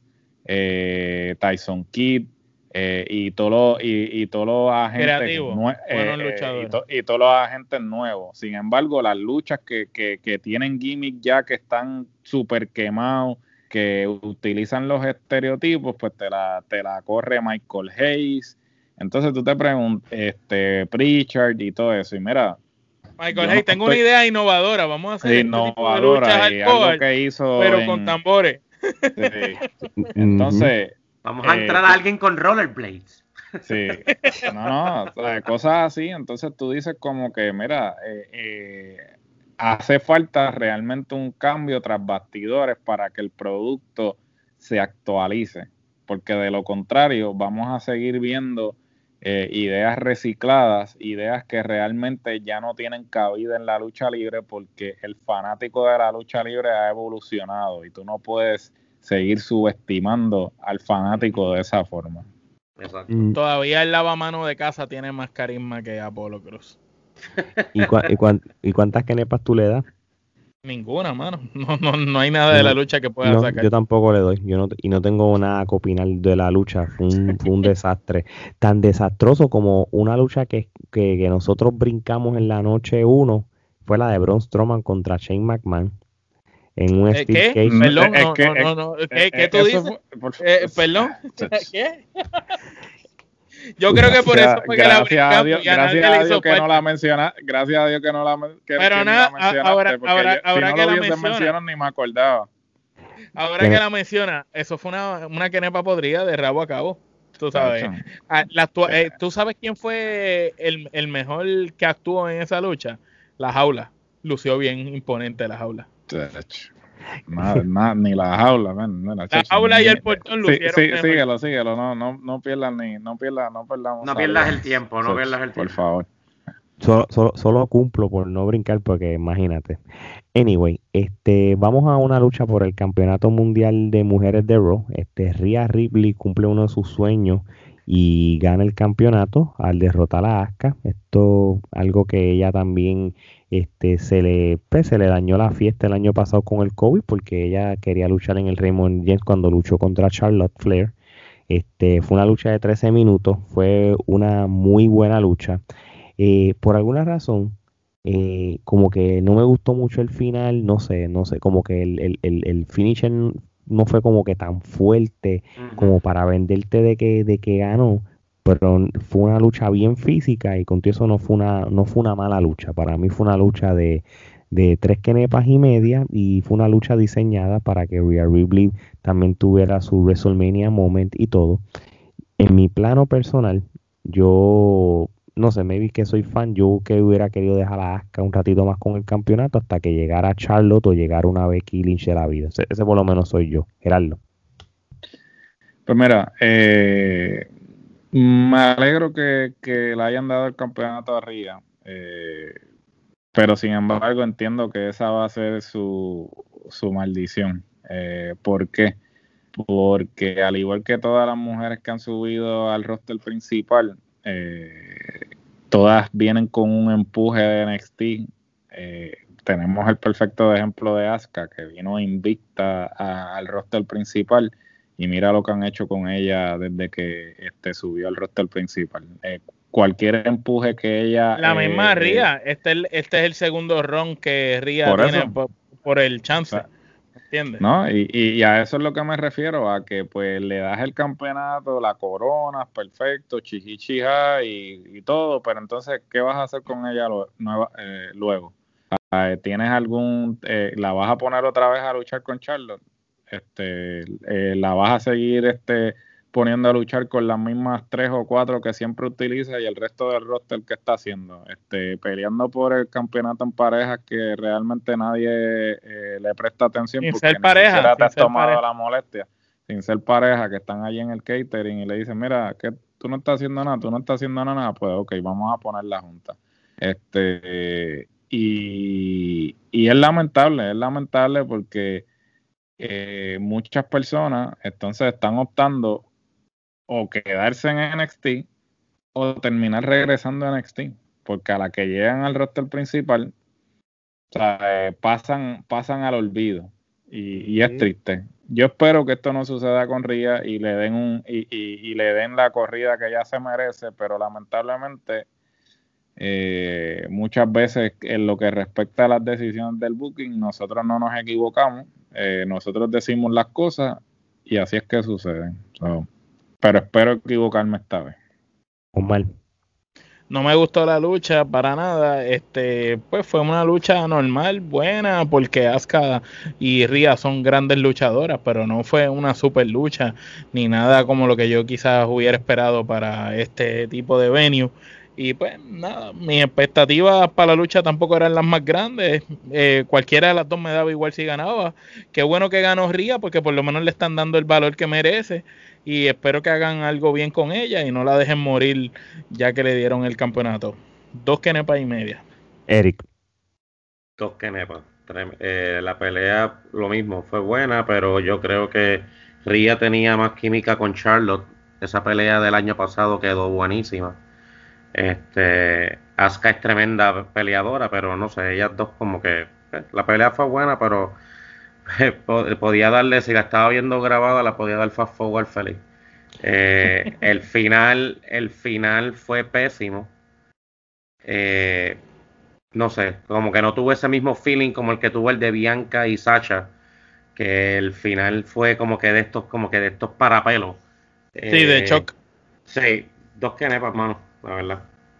Speaker 2: eh, Tyson Kidd, eh, y todos los y, y todos los agentes
Speaker 4: Creativo,
Speaker 2: nue-
Speaker 4: buenos
Speaker 2: eh, eh,
Speaker 4: luchadores.
Speaker 2: y, to, y todos los agentes nuevos. Sin embargo, las luchas que, que, que tienen gimmick ya que están súper quemados, que utilizan los estereotipos, pues te la, te la corre Michael Hayes. Entonces tú te preguntas, este, Pritchard y todo eso, y mira,
Speaker 4: Michael,
Speaker 2: yo
Speaker 4: hey,
Speaker 2: no
Speaker 4: tengo
Speaker 2: estoy
Speaker 4: una idea innovadora. Vamos a hacer este tipo de
Speaker 2: innovadora
Speaker 4: luchas
Speaker 2: y algo
Speaker 4: hardcore,
Speaker 2: que hizo
Speaker 4: pero
Speaker 2: en,
Speaker 4: con tambores.
Speaker 2: sí.
Speaker 1: Ujú.
Speaker 2: Entonces,
Speaker 3: Vamos a
Speaker 2: eh,
Speaker 3: entrar a alguien con rollerblades.
Speaker 2: Sí, no, no, o sea, cosas así, entonces tú dices como que, mira, eh, eh, hace falta realmente un cambio tras bastidores para que el producto se actualice, porque de lo contrario vamos a seguir viendo eh, ideas recicladas, ideas que realmente ya no tienen cabida en la lucha libre porque el fanático de la lucha libre ha evolucionado y tú no puedes seguir subestimando al fanático de esa forma.
Speaker 3: Exacto.
Speaker 1: Mm,
Speaker 4: Todavía el lavamano de casa tiene más carisma que Apolo Cruz.
Speaker 1: ¿Y, cua- y, cuan- y cuántas kenepas tú le das?
Speaker 4: Ninguna, mano. No, no, no hay nada de la
Speaker 1: No,
Speaker 4: lucha que pueda
Speaker 1: no,
Speaker 4: sacar.
Speaker 1: yo tampoco le doy. Yo no, y no tengo nada que opinar de la lucha. Fue un, fue un desastre. Tan desastroso como una lucha que, que, que nosotros brincamos en la noche uno fue la de Braun Strowman contra Shane McMahon en un
Speaker 4: Eh,
Speaker 1: Steel
Speaker 4: ¿Qué?
Speaker 1: Cage.
Speaker 2: Mm,
Speaker 4: Perdón,
Speaker 2: es
Speaker 4: no,
Speaker 2: que,
Speaker 4: no, no,
Speaker 2: es-
Speaker 4: no.
Speaker 2: eh,
Speaker 4: ¿Qué, qué
Speaker 2: eh,
Speaker 4: tú
Speaker 2: eso
Speaker 4: dices?
Speaker 2: fue- por-
Speaker 4: Eh, perdón.
Speaker 2: Chach.
Speaker 4: ¿Qué? Yo creo que por eso
Speaker 2: Gracias,
Speaker 4: fue que la
Speaker 2: gracias a
Speaker 4: brincamos
Speaker 2: Dios,
Speaker 4: y a nadie
Speaker 2: gracias
Speaker 4: le
Speaker 2: a
Speaker 4: hizo
Speaker 2: Dios que no
Speaker 4: falta.
Speaker 2: la menciona, gracias a Dios que no la men- que,
Speaker 4: Pero
Speaker 2: que ni
Speaker 4: nada,
Speaker 2: la
Speaker 4: a-
Speaker 2: mencionaste,
Speaker 4: ahora,
Speaker 2: porque
Speaker 4: ahora,
Speaker 2: yo- si
Speaker 4: ahora
Speaker 2: no
Speaker 4: que
Speaker 2: lo
Speaker 4: la
Speaker 2: hubiesen
Speaker 4: menciona,
Speaker 2: mencionado ni me acordaba.
Speaker 4: ahora
Speaker 1: Que
Speaker 4: que
Speaker 1: ne-
Speaker 4: la menciona, eso fue una, una quenepa podrida de rabo a cabo. Tú sabes.
Speaker 2: Chacho.
Speaker 4: Ah, la actua-
Speaker 2: Eh,
Speaker 4: eh, ¿Tú sabes quién fue el, el mejor que actuó en esa lucha? La Jaula. Lució bien imponente la Jaula.
Speaker 2: chacho. Nada, nada, ni la jaula, man, mira,
Speaker 4: La
Speaker 2: chacho,
Speaker 4: Jaula
Speaker 2: ni-
Speaker 4: y el
Speaker 2: ni-
Speaker 4: portón
Speaker 2: sí,
Speaker 4: lucieron
Speaker 2: sí,
Speaker 4: mejor.
Speaker 2: síguelo, síguelo, no, no, no pierdas ni, no pierdas, no perdamos
Speaker 3: No pierdas
Speaker 2: saliva.
Speaker 3: el tiempo, no
Speaker 2: Chacho,
Speaker 3: pierdas el
Speaker 2: por
Speaker 3: tiempo.
Speaker 2: favor.
Speaker 1: Solo, solo, solo cumplo por no brincar porque imagínate. Anyway, este, vamos a una lucha por el Campeonato Mundial de Mujeres de Raw. Este, Rhea Ripley cumple uno de sus sueños y gana el campeonato al derrotar a Asuka. Esto algo que ella también este, se le, pues, se le dañó la fiesta el año pasado con el COVID porque ella quería luchar en el Raymond James cuando luchó contra Charlotte Flair. Este, fue una lucha de trece minutos, fue una muy buena lucha. Eh, por alguna razón, eh, como que no me gustó mucho el final, no sé, no sé, como que el, el, el, el finisher no fue como que tan fuerte
Speaker 3: Ujú.
Speaker 1: como para venderte de que, de que ganó, pero fue una lucha bien física y contigo eso no fue una, no fue una mala lucha. Para mí fue una lucha de, de tres kenepas y media y fue una lucha diseñada para que Rhea Ripley también tuviera su WrestleMania moment y todo. En mi plano personal, yo no sé, maybe que soy fan, yo que hubiera querido dejar a Asuka un ratito más con el campeonato hasta que llegara Charlotte o llegara una Becky Lynch de la vida. Ese, ese por lo menos soy yo, Gerardo.
Speaker 2: Pues mira, eh, me alegro que, que le hayan dado el campeonato a Rhea, eh, pero sin embargo entiendo que esa va a ser su, su maldición. Eh, ¿por qué? Porque al igual que todas las mujeres que han subido al roster principal, eh, todas vienen con un empuje de N X T. Eh, tenemos el perfecto ejemplo de Asuka, que vino invicta a, al roster principal, y mira lo que han hecho con ella desde que este, subió al roster principal. Eh, cualquier empuje que ella...
Speaker 4: La
Speaker 2: eh,
Speaker 4: misma
Speaker 2: eh,
Speaker 4: Ría. Este, es el- este es el segundo ron que Ría
Speaker 2: por
Speaker 4: tiene
Speaker 2: eso.
Speaker 4: por, por el chance.
Speaker 2: O sea,
Speaker 4: ¿Entiendes?
Speaker 2: ¿no? Y, y, y a eso es lo que me refiero, a que pues le das el campeonato, la coronas, perfecto, chichichija y, y todo, pero entonces, ¿qué vas a hacer con ella lo, nueva, eh, luego? Eh, ¿Tienes algún, eh, la vas a poner otra vez a luchar con Charlotte? Este, eh, la vas a seguir este, poniendo a luchar con las mismas tres o cuatro que siempre utiliza y el resto del roster que está haciendo, este, peleando por el campeonato en parejas que realmente nadie eh, le presta atención
Speaker 4: Sin
Speaker 2: porque
Speaker 4: ser
Speaker 2: ni
Speaker 4: pareja,
Speaker 2: siquiera te
Speaker 4: sin
Speaker 2: has
Speaker 4: ser
Speaker 2: tomado
Speaker 4: pareja.
Speaker 2: la molestia, sin ser pareja, que están allí en el catering y le dicen, mira, que tú no estás haciendo nada, tú no estás haciendo nada, pues ok, vamos a poner la junta. Este, y, y es lamentable, es lamentable porque eh, muchas personas entonces están optando o quedarse en N X T o terminar regresando a N X T, porque a la que llegan al roster principal, o sea, eh, pasan, pasan al olvido y, y es triste. Yo espero que esto no suceda con Rhea y le den un y, y, y le den la corrida que ella se merece, pero lamentablemente eh, muchas veces en lo que respecta a las decisiones del booking, nosotros no nos equivocamos, eh, nosotros decimos las cosas y así es que suceden. So, pero espero equivocarme esta vez.
Speaker 1: Omar.
Speaker 4: No me gustó la lucha para nada. Este, pues fue una lucha normal, buena, porque Asuka y Rhea son grandes luchadoras, pero no fue una super lucha ni nada como lo que yo quizás hubiera esperado para este tipo de venue. Y pues nada, mis expectativas para la lucha tampoco eran las más grandes. Eh, cualquiera de las dos me daba igual si ganaba. Qué bueno que ganó Rhea, porque por lo menos le están dando el valor que merece. Y espero que hagan algo bien con ella y no la dejen morir ya que le dieron el campeonato. Dos kenepas y media.
Speaker 1: Eric.
Speaker 3: Dos kenepas. Eh, la pelea, lo mismo, fue buena, pero yo creo que Rhea tenía más química con Charlotte. Esa pelea del año pasado quedó buenísima. Este, Asuka es tremenda peleadora, pero no sé, ellas dos como que eh, la pelea fue buena, pero eh, podía darle, si la estaba viendo grabada, la podía dar fast forward feliz. Eh, el final, el final fue pésimo. Eh, no sé, como que no tuve ese mismo feeling como el que tuvo el de Bianca y Sasha, que el final fue como que de estos, como que de estos parapelos.
Speaker 4: Sí, de
Speaker 3: Eh,
Speaker 4: shock.
Speaker 3: Sí, dos kenepas, mano, la verdad.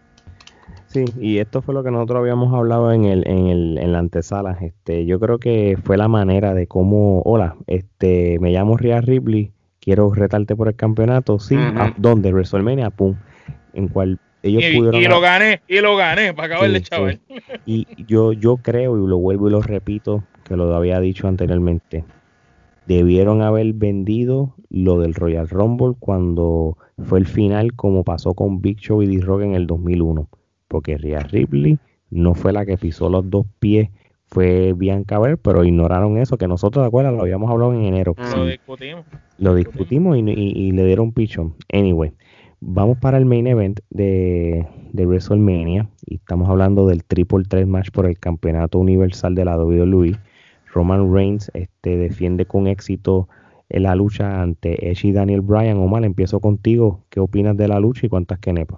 Speaker 1: Sí, y esto fue lo que nosotros habíamos hablado en el, en el, en la antesala. Este, yo creo que fue la manera de cómo, hola, este, me llamo Rhea Ripley, quiero retarte por el campeonato, sí,
Speaker 3: Ujú.
Speaker 1: ¿a dónde? WrestleMania, pum, en cual ellos
Speaker 4: Y,
Speaker 1: pudieron.
Speaker 4: y
Speaker 1: a-
Speaker 4: lo gané, y lo gané, para acabarle,
Speaker 1: Sí,
Speaker 4: chaval.
Speaker 1: sí. Y yo, yo creo, y lo vuelvo y lo repito, que lo había dicho anteriormente, debieron haber vendido lo del Royal Rumble cuando fue el final, como pasó con Big Show y D-Rock en el dos mil uno, porque Rhea Ripley no fue la que pisó los dos pies, fue Bianca Belair, pero ignoraron eso, que nosotros, ¿de acuerdo? Lo habíamos hablado en enero.
Speaker 3: Mm.
Speaker 4: Lo
Speaker 1: Sí,
Speaker 4: discutimos.
Speaker 1: lo discutimos y, y- y le dieron pichón. Anyway, vamos para el main event de, de WrestleMania y estamos hablando del Triple Threat Match por el Campeonato Universal de la W W E. Roman Reigns este, defiende con éxito en la lucha ante Edge y Daniel Bryan. Omar, empiezo contigo. ¿Qué opinas de la lucha y cuántas kenepas?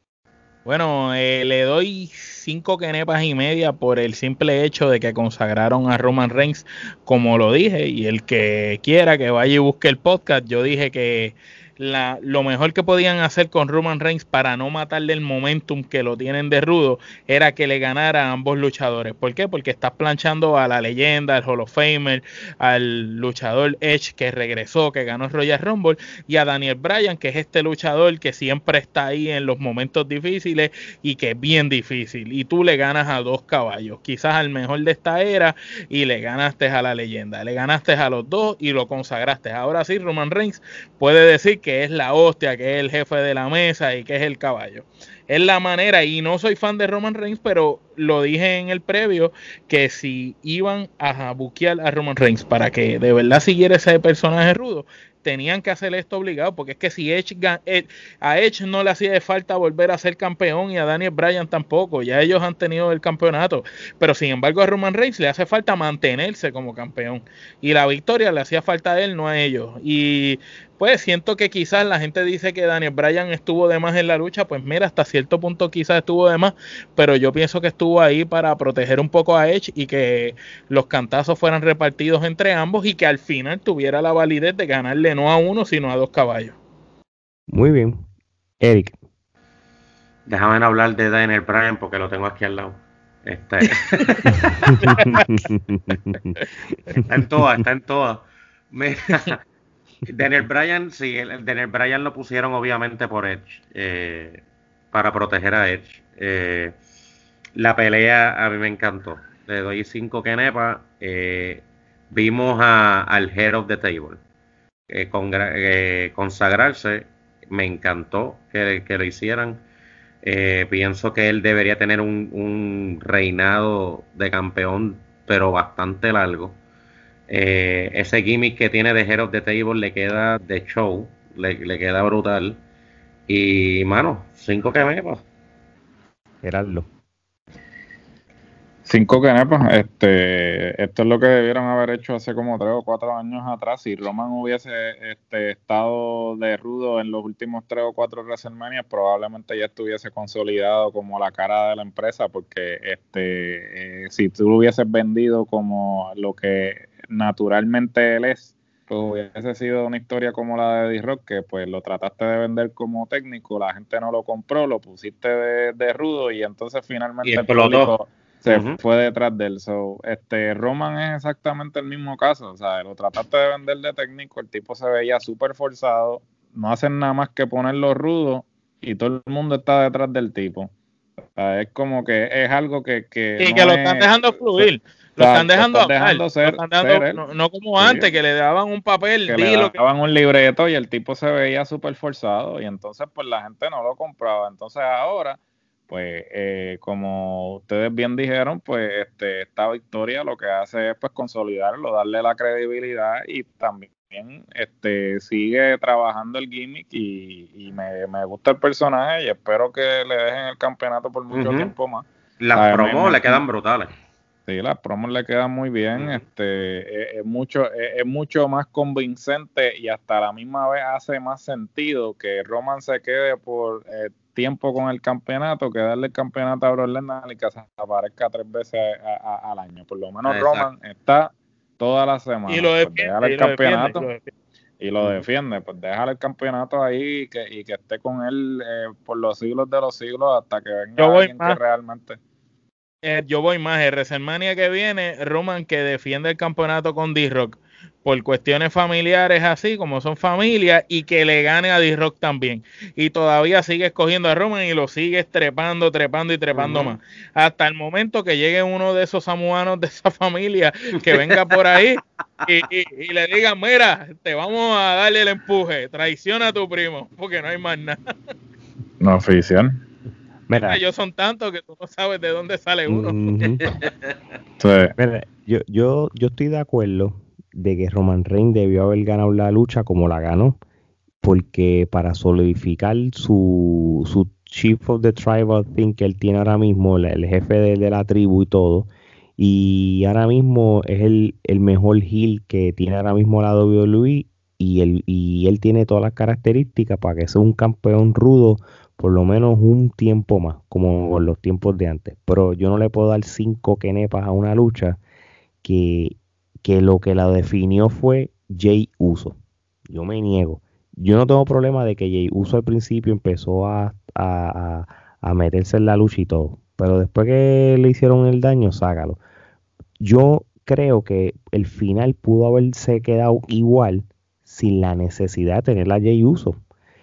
Speaker 4: Bueno, eh, le doy cinco kenepas y media por el simple hecho de que consagraron a Roman Reigns, como lo dije, y el que quiera que vaya y busque el podcast, yo dije que la, lo mejor que podían hacer con Roman Reigns para no matarle el momentum que lo tienen de rudo era que le ganara a ambos luchadores. ¿Por qué? Porque estás planchando a la leyenda, al Hall of Famer, al luchador Edge que regresó, que ganó el Royal Rumble, y a Daniel Bryan, que es este luchador que siempre está ahí en los momentos difíciles y que es bien difícil, y tú le ganas a dos caballos, quizás al mejor de esta era, y le ganaste a la leyenda, le ganaste a los dos y lo consagraste. Ahora sí, Roman Reigns puede decir que es la hostia, que es el jefe de la mesa y que es el caballo. Es la manera, y no soy fan de Roman Reigns, pero lo dije en el previo, que si iban a buquear a Roman Reigns para que de verdad siguiera ese personaje rudo, tenían que hacer esto obligado, porque es que si Edge, Edge, a Edge no le hacía de falta volver a ser campeón y a Daniel Bryan tampoco, ya ellos han tenido el campeonato, pero sin embargo a Roman Reigns le hace falta mantenerse como campeón, y la victoria le hacía falta a él, no a ellos. Y pues siento que quizás la gente dice que Daniel Bryan estuvo de más en la lucha, pues mira, hasta cierto punto quizás estuvo de más, pero yo pienso que estuvo ahí para proteger un poco a Edge y que los cantazos fueran repartidos entre ambos y que al final tuviera la validez de ganarle no a uno, sino a dos caballos.
Speaker 1: Muy bien. Eric.
Speaker 3: Déjame hablar de Daniel Bryan porque lo tengo aquí al lado. Este... está en todas, está en todas. Daniel Bryan, sí, el, Daniel Bryan lo pusieron obviamente por Edge, eh, para proteger a Edge. Eh, la pelea a mí me encantó. Le doy cinco kenepas. Eh, vimos a, al Head of the Table eh, congra- eh, consagrarse. Me encantó que, que lo hicieran. Eh, pienso que él debería tener un, un reinado de campeón, pero bastante largo. Eh, ese gimmick que tiene de Head of the Table le queda de show, le, le queda brutal. Y, mano, cinco que me pa.
Speaker 1: Gerardo.
Speaker 2: Cinco kenepas, este, esto es lo que debieron haber hecho hace como tres o cuatro años atrás. Si Roman hubiese este, estado de rudo en los últimos tres o cuatro WrestleMania, probablemente ya estuviese consolidado como la cara de la empresa, porque este, eh, si tú lo hubieses vendido como lo que naturalmente él es, pues hubiese sido una historia como la de D-Rock, que pues lo trataste de vender como técnico, la gente no lo compró, lo pusiste de, de rudo y entonces finalmente
Speaker 3: Y
Speaker 2: el
Speaker 3: explotó.
Speaker 2: público se
Speaker 3: Ujú.
Speaker 2: fue detrás de él. So, este, Roman es exactamente el mismo caso, o sea, lo trataste de vender de técnico, el tipo se veía súper forzado, no hacen nada más que ponerlo rudo y todo el mundo está detrás del tipo. O sea, es como que es algo que, que
Speaker 4: Y
Speaker 2: no
Speaker 4: que lo
Speaker 2: es,
Speaker 4: están dejando fluir,
Speaker 2: o
Speaker 4: lo
Speaker 2: sea,
Speaker 4: están dejando
Speaker 2: estás
Speaker 4: hablar,
Speaker 2: dejando
Speaker 4: lo
Speaker 2: ser,
Speaker 4: están
Speaker 2: ser
Speaker 4: dejando,
Speaker 2: él.
Speaker 4: no, no como
Speaker 2: Sí.
Speaker 4: antes, que le daban un papel,
Speaker 2: que
Speaker 4: di
Speaker 2: le
Speaker 4: lo que...
Speaker 2: daban un libreto y el tipo se veía súper forzado y entonces pues la gente no lo compraba. Entonces ahora, pues eh, como ustedes bien dijeron, pues este, esta victoria lo que hace es pues consolidarlo, darle la credibilidad y también este, sigue trabajando el gimmick y, y me, me gusta el personaje y espero que le dejen el campeonato por mucho
Speaker 3: Ujú.
Speaker 2: tiempo más.
Speaker 3: Las
Speaker 2: ¿Sabes? Me-
Speaker 3: promos
Speaker 2: me-
Speaker 3: le quedan brutales.
Speaker 2: Sí, las promos le quedan muy bien,
Speaker 3: Ujú.
Speaker 2: este, es, es mucho, es, es mucho más convincente y hasta la misma vez hace más sentido que Roman se quede por eh, tiempo con el campeonato que darle el campeonato a Brock Lesnar y que se aparezca tres veces a- a- al año. Por lo menos
Speaker 3: Exacto.
Speaker 2: Roman está toda la semana,
Speaker 4: Y lo
Speaker 2: pues
Speaker 4: defiende,
Speaker 2: déjale
Speaker 4: y
Speaker 2: el
Speaker 4: lo defiende, y
Speaker 2: campeonato
Speaker 4: lo defiende.
Speaker 2: y lo
Speaker 3: Ujú.
Speaker 2: defiende, pues déjale el campeonato ahí y que, y que esté con él eh, por los siglos de los siglos hasta que venga
Speaker 4: Yo voy
Speaker 2: alguien que
Speaker 4: más.
Speaker 2: realmente...
Speaker 4: Eh, yo voy más, el WrestleMania que viene, Roman que defiende el campeonato con D-Rock por cuestiones familiares así, como son familias, y que le gane a D-Rock también. Y todavía sigue escogiendo a Roman y lo sigue trepando, trepando y trepando
Speaker 3: Ujú.
Speaker 4: más. Hasta el momento que llegue uno de esos samuanos de esa familia que venga por ahí y, y, y le digan, mira, te vamos a darle el empuje, traiciona a tu primo, porque no hay más nada.
Speaker 2: No oficial.
Speaker 1: Mira,
Speaker 4: Ellos son tantos que tú no sabes de dónde sale uno.
Speaker 1: ujú.
Speaker 2: Sí.
Speaker 1: Mira, yo, yo, yo estoy de acuerdo de que Roman Reigns debió haber ganado la lucha como la ganó, porque para solidificar su, su Chief of the Tribal Thing que él tiene ahora mismo, el, el jefe de, de la tribu y todo, y ahora mismo es el, el mejor heel que tiene ahora mismo la W W E, y él, y él tiene todas las características para que sea un campeón rudo por lo menos un tiempo más, como con los tiempos de antes. Pero yo no le puedo dar cinco kenepas a una lucha que, que lo que la definió fue Jey Uso. Yo me niego. Yo no tengo problema de que Jey Uso al principio empezó a, a, a, a meterse en la lucha y todo, pero después que le hicieron el daño, sácalo. Yo creo que el final pudo haberse quedado igual sin la necesidad de tener a Jey Uso.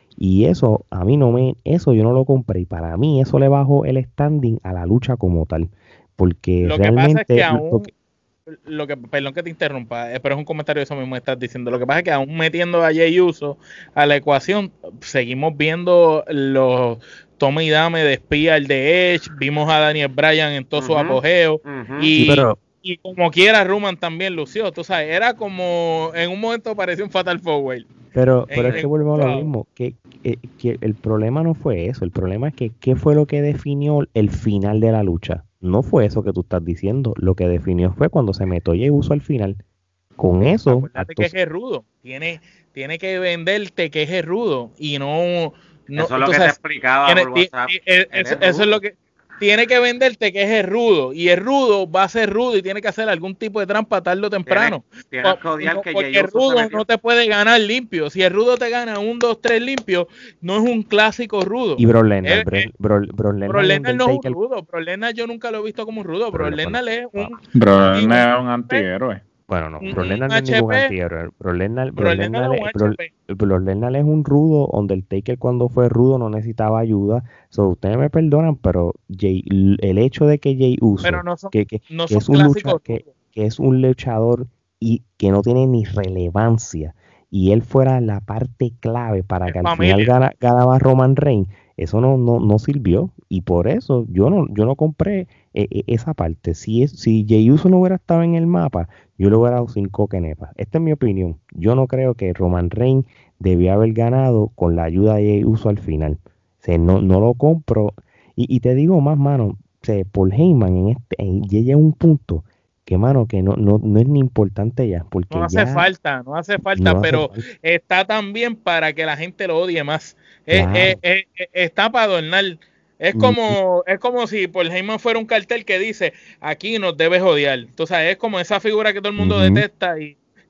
Speaker 1: Y eso, a mí no me, eso yo no lo compré. Y para mí eso le bajó el standing a la lucha como tal. Porque
Speaker 4: Lo que
Speaker 1: realmente...
Speaker 4: pasa es que
Speaker 1: lo
Speaker 4: aún,
Speaker 1: que-
Speaker 4: lo que, perdón que te interrumpa, eh, pero es un comentario de eso mismo que estás diciendo. Lo que pasa es que aún metiendo a Jey Uso a la ecuación, seguimos viendo los toma y dame de espía, el de Edge, vimos a Daniel Bryan en todo su
Speaker 3: Ujú.
Speaker 4: apogeo,
Speaker 3: Ujú.
Speaker 4: y,
Speaker 1: Sí, pero
Speaker 4: y como quiera Roman también lució, tú sabes, era como, en un momento parecía un Fatal Four Way.
Speaker 1: Pero,
Speaker 4: En-
Speaker 1: pero es que
Speaker 4: en-
Speaker 1: volvemos a lo
Speaker 4: wow.
Speaker 1: mismo, que, que- que el problema no fue eso, el problema es que qué fue lo que definió el final de la lucha. No fue eso que tú estás diciendo, lo que definió fue cuando se metió y usó al final. Con eso,
Speaker 4: Acuérdate que
Speaker 1: actos-
Speaker 4: es rudo, tiene, tiene que venderte que es rudo y no... no
Speaker 3: Eso es lo
Speaker 4: tú
Speaker 3: que te
Speaker 4: sabes,
Speaker 3: explicaba
Speaker 4: tiene-
Speaker 3: por
Speaker 4: ti-
Speaker 3: WhatsApp.
Speaker 4: ti- eh,
Speaker 3: Él
Speaker 4: eso,
Speaker 3: es
Speaker 4: eso es
Speaker 3: rudo.
Speaker 4: lo que tiene que venderte que es el rudo y el rudo va a ser rudo y tiene que hacer algún tipo de trampa tarde o temprano.
Speaker 3: Tienes, tienes que
Speaker 4: Po-
Speaker 3: odiar
Speaker 4: no,
Speaker 3: que
Speaker 4: porque
Speaker 3: Jey
Speaker 4: el
Speaker 3: Uso se
Speaker 4: rudo
Speaker 3: metió.
Speaker 4: no te puede ganar limpio. Si el rudo te gana un, dos, tres limpio, no es un clásico rudo.
Speaker 1: y Brock Lesnar,
Speaker 4: Eh,
Speaker 1: Bro-
Speaker 4: eh,
Speaker 1: Bro- Brock Lesnar
Speaker 4: Brock
Speaker 1: y
Speaker 4: Lesnar no es un
Speaker 1: Undertaker,
Speaker 4: rudo. Brock Lesnar yo nunca lo he visto como un rudo. Brock
Speaker 1: Brock-
Speaker 4: Lesnar es
Speaker 1: bueno,
Speaker 4: un,
Speaker 2: Bro,
Speaker 4: un,
Speaker 2: él
Speaker 4: un,
Speaker 2: no es un antihéroe.
Speaker 1: bueno, no,
Speaker 4: un-
Speaker 1: Brock
Speaker 4: un
Speaker 1: Lesnar no es ningún
Speaker 4: H P.
Speaker 1: antihéroe. Brock Lesnar, Brock
Speaker 4: Brock Lesnar
Speaker 1: Lesnar
Speaker 4: es un
Speaker 1: es- Brock-
Speaker 4: H P.
Speaker 1: Brock Lesnar es un rudo, Undertaker cuando fue rudo no necesitaba ayuda. So, ustedes me perdonan, pero Jey- el hecho de que Jey Uso,
Speaker 4: Pero no son,
Speaker 1: que, que,
Speaker 4: no
Speaker 1: que
Speaker 4: son
Speaker 1: es un lucha,
Speaker 4: clásicos
Speaker 1: que,
Speaker 4: rudos.
Speaker 1: que es un luchador y que no tiene ni relevancia, y él fuera la parte clave para
Speaker 4: Es
Speaker 1: que al
Speaker 4: familia.
Speaker 1: final gana- ganaba Roman Reigns, eso no, no, no sirvió. Y por eso yo no, yo no compré eh, eh, esa parte. Si, es, si Jey Uso no hubiera estado en el mapa, yo le hubiera dado cinco kenepas. Esta es mi opinión. Yo no creo que Roman Reigns debía haber ganado con la ayuda de Jey Uso al final. O sea, no, no lo compro. Y, y te digo más, mano, o sea, Paul Heyman en este, en- ya llega a un punto que, mano, que no, no, no es ni importante ya. Porque
Speaker 4: No hace
Speaker 1: ya
Speaker 4: falta, no hace falta,
Speaker 1: no hace
Speaker 4: pero
Speaker 1: falta.
Speaker 4: está también para que la gente lo odie más. Eh,
Speaker 1: Claro.
Speaker 4: eh, eh, eh, está para adornar. Es
Speaker 1: Mm,
Speaker 4: como, es como si Paul Heyman fuera un cartel que dice, aquí nos debes odiar. Tú sabes, es como esa figura que todo el mundo
Speaker 1: Ujú.
Speaker 4: detesta y,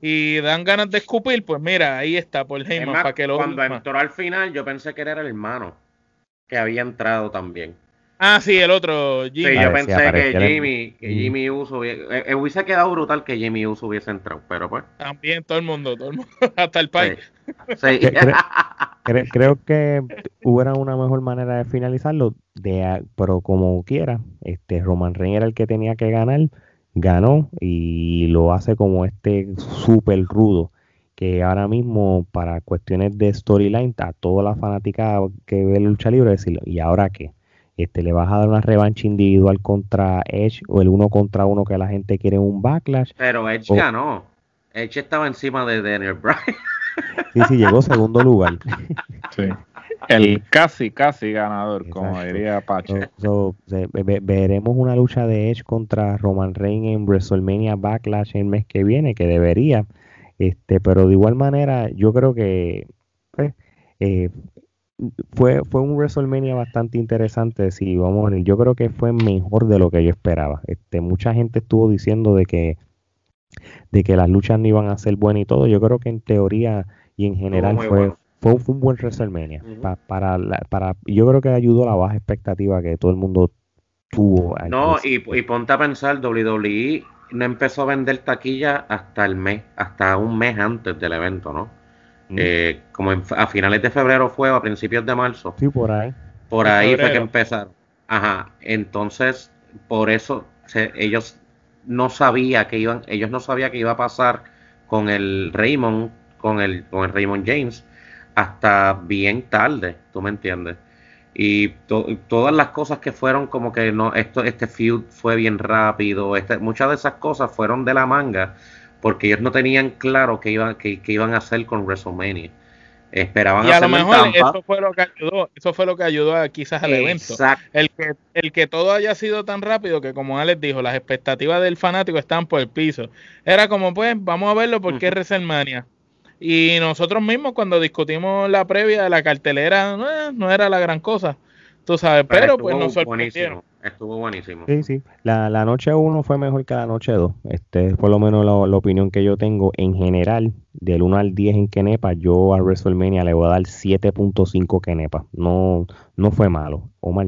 Speaker 4: y dan ganas de escupir, pues mira, ahí está, Paul Heyman, para que lo
Speaker 3: cuando
Speaker 4: misma.
Speaker 3: entró al final, yo pensé que era el hermano que había entrado también.
Speaker 4: Ah, sí, el otro, Jimmy.
Speaker 3: Sí, yo pensé
Speaker 1: Parecía,
Speaker 3: que
Speaker 1: parecía
Speaker 3: Jimmy, que Jimmy Uso hubiese, eh, hubiese quedado brutal que Jimmy Uso hubiese entrado, pero pues.
Speaker 4: También todo el mundo, todo el mundo, hasta el país.
Speaker 3: Sí. Sí.
Speaker 1: Cre- cre- creo que hubiera una mejor manera de finalizarlo, de, a- pero como quiera, este Roman Reigns era el que tenía que ganar, ganó y lo hace como este súper rudo, que ahora mismo para cuestiones de storyline, a toda la fanática que ve lucha libre, decirlo, ¿y ahora qué? Este, ¿le vas a dar una revancha individual contra Edge o el uno contra uno que la gente quiere en un backlash?
Speaker 3: Pero Edge
Speaker 1: O-
Speaker 3: ganó. Edge estaba encima de Daniel Bryan.
Speaker 1: Sí, sí, llegó segundo lugar.
Speaker 2: Sí. El casi, casi ganador, como
Speaker 1: Exacto.
Speaker 2: diría Pache.
Speaker 1: So, so, se- ve- veremos una lucha de Edge contra Roman Reigns en WrestleMania Backlash el mes que viene, que debería. Este, pero de igual manera, yo creo que pues, eh, fue, fue un WrestleMania bastante interesante. Si vamos a ver, yo creo que fue mejor de lo que yo esperaba. Este, mucha gente estuvo diciendo de que, de que las luchas no iban a ser buenas y todo. Yo creo que en teoría y en general
Speaker 3: muy
Speaker 1: fue,
Speaker 3: bueno.
Speaker 1: fue, fue un buen WrestleMania.
Speaker 3: Ujú.
Speaker 1: Pa- para, la- para, yo creo que ayudó a la baja expectativa que todo el mundo tuvo al
Speaker 3: No, y,
Speaker 1: principio.
Speaker 3: y ponte a pensar, W W E no empezó a vender taquilla hasta el mes, hasta un mes antes del evento, ¿no?
Speaker 1: ¿Mm?
Speaker 3: Eh, como en- a finales de febrero fue, o a principios de marzo.
Speaker 1: Sí, por ahí.
Speaker 3: Por
Speaker 4: En
Speaker 3: ahí fue que
Speaker 4: febrero.
Speaker 3: empezaron. Ajá, entonces, por eso se- ellos no sabía que iban, ellos no sabían que iba a pasar con el Raymond, con el, con el Raymond James, hasta bien tarde, ¿tú me entiendes? Y to- todas las cosas que fueron como que no, esto, este feud fue bien rápido, este, muchas de esas cosas fueron de la manga, porque ellos no tenían claro qué iban, qué, qué iban a hacer con WrestleMania. Esperaban
Speaker 4: Y a lo
Speaker 3: hacerlo en
Speaker 4: mejor
Speaker 3: Tampa.
Speaker 4: eso fue lo que ayudó, eso fue lo que ayudó a, quizás al evento.
Speaker 3: Exacto.
Speaker 4: El que, el que todo haya sido tan rápido que, como Alex dijo, las expectativas del fanático están por el piso. Era como, pues, vamos a verlo porque es
Speaker 3: Ujú.
Speaker 4: WrestleMania. Y nosotros mismos, cuando discutimos la previa de la cartelera, no, no era la gran cosa, tú sabes,
Speaker 3: Pero
Speaker 4: pero
Speaker 3: estuvo
Speaker 4: pues nos sorprendieron.
Speaker 3: buenísimo, estuvo buenísimo.
Speaker 1: Sí, sí. La, la noche uno fue mejor que la noche dos. Este es por lo menos la, la opinión que yo tengo. En general, del uno al diez en Kenepa, yo a WrestleMania le voy a dar siete punto cinco Kenepa. No, no fue malo. Omar.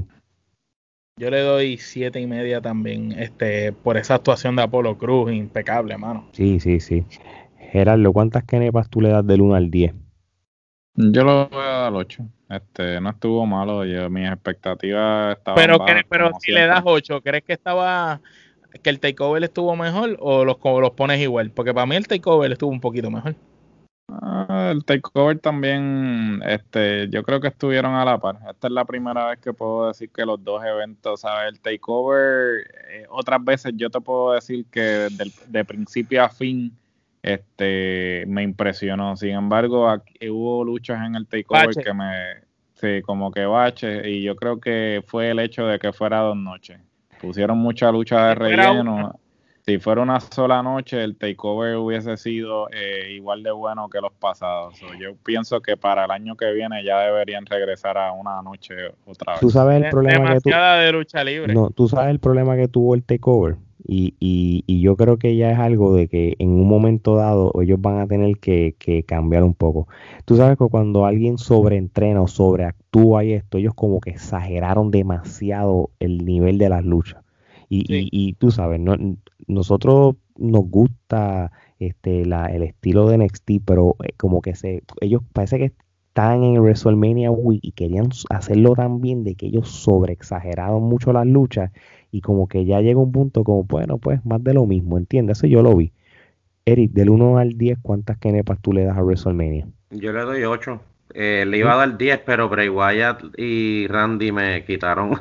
Speaker 4: Yo le doy siete y media también, este, por esa actuación de Apolo Cruz, impecable, mano.
Speaker 1: Sí, sí, sí. Gerardo, ¿cuántas Kenepas tú le das del uno al diez?
Speaker 2: Yo lo voy a dar ocho. Este, no estuvo malo. Yo, mis expectativas estaban
Speaker 4: Pero,
Speaker 2: bajas,
Speaker 4: que- pero
Speaker 2: como
Speaker 4: si le
Speaker 2: siempre.
Speaker 4: das ocho, ¿crees que estaba que el takeover estuvo mejor o los, o los pones igual? Porque para mí el takeover estuvo un poquito mejor.
Speaker 2: Ah, el takeover también, este, yo creo que estuvieron a la par. Esta es la primera vez que puedo decir que los dos eventos, ¿sabes? El takeover, eh, otras veces yo te puedo decir que del- de principio a fin, este, me impresionó. Sin embargo, aquí hubo luchas en el takeover
Speaker 4: Bache.
Speaker 2: que me, sí, como que bache, y yo creo que fue el hecho de que fuera dos noches. Pusieron mucha lucha de
Speaker 4: Si fuera
Speaker 2: relleno.
Speaker 4: una.
Speaker 2: Si fuera una sola noche, el takeover hubiese sido eh, igual de bueno que los pasados. So, yo pienso que para el año que viene ya deberían regresar a una noche otra
Speaker 1: Tú
Speaker 2: vez.
Speaker 1: sabes el
Speaker 4: De-
Speaker 1: problema que tú...
Speaker 4: demasiada de lucha libre.
Speaker 1: No, tú sabes el problema que tuvo el takeover. Y, y, y yo creo que ya es algo de que en un momento dado ellos van a tener que, que cambiar un poco. Tú sabes que cuando alguien sobreentrena o sobreactúa y esto, ellos como que exageraron demasiado el nivel de las luchas. Y,
Speaker 4: Sí.
Speaker 1: y, y tú sabes, no, nosotros nos gusta este la, el estilo de N X T, pero eh, como que se ellos parece que estaban en el WrestleMania Week y querían s- hacerlo tan bien de que ellos sobreexageraron mucho las luchas y como que ya llega un punto como, bueno, pues más de lo mismo, ¿entiendes? Eso yo lo vi. Eric, del uno al diez, ¿cuántas kenepas tú le das a WrestleMania?
Speaker 3: Yo le doy ocho. Eh, le
Speaker 1: ¿Sí?
Speaker 3: iba a dar diez, pero Bray Wyatt y Randy me quitaron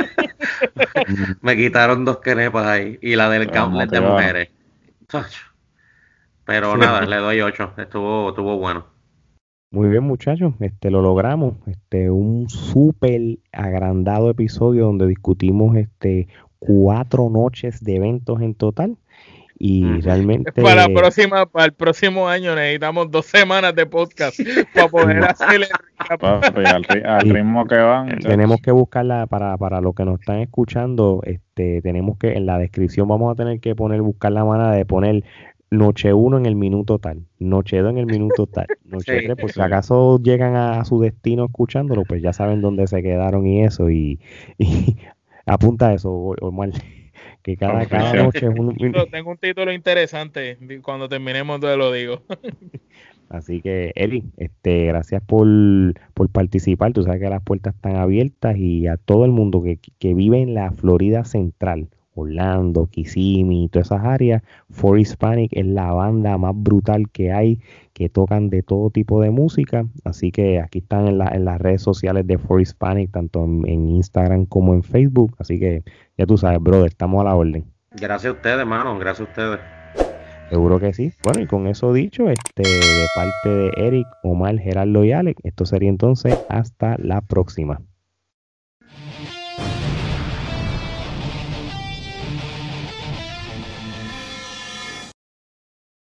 Speaker 1: Mm,
Speaker 3: me quitaron dos kenepas ahí. Y la del
Speaker 2: Te
Speaker 3: gauntlet de
Speaker 2: motivaron.
Speaker 3: mujeres. Tacho. Pero
Speaker 1: sí,
Speaker 3: nada, le doy ocho. Estuvo, estuvo bueno.
Speaker 1: muy bien, muchachos, este lo logramos. Este, un súper agrandado episodio donde discutimos este cuatro noches de eventos en total. Y
Speaker 3: Ujú.
Speaker 1: realmente
Speaker 4: Para la próxima, para el próximo año necesitamos dos semanas de podcast para poder hacer el recap.
Speaker 2: Papi, al, ri- al
Speaker 1: Sí.
Speaker 2: ritmo que van,
Speaker 1: Eh,
Speaker 2: muchachos.
Speaker 1: tenemos que buscarla para, para los que nos están escuchando, este, tenemos que en la descripción vamos a tener que poner, buscar la manera de poner noche uno en el minuto tal, noche dos en el minuto tal, noche
Speaker 3: Sí,
Speaker 1: tres, por si
Speaker 2: sí.
Speaker 1: acaso llegan a, a su destino escuchándolo, pues ya saben dónde se quedaron y eso, y, y apunta eso, O- Omar, que cada, cada
Speaker 2: Oficial.
Speaker 1: noche es un...
Speaker 4: Título- Tengo un título interesante. Cuando terminemos te lo digo.
Speaker 1: Así que, Eric, este, gracias por, por participar. Tú sabes que las puertas están abiertas y a todo el mundo que, que vive en la Florida Central, Orlando, Kissimmee, todas esas áreas, For Hispanic es la banda más brutal que hay, que tocan de todo tipo de música. Así que aquí están en, la, en las redes sociales de For Hispanic, tanto en, en Instagram como en Facebook. Así que ya tú sabes, brother, estamos a la orden.
Speaker 3: Gracias a ustedes, hermano, gracias a ustedes.
Speaker 1: Seguro que sí. Bueno, y con eso dicho, este, de parte de Eric, Omar, Gerardo y Alex, esto sería entonces hasta la próxima.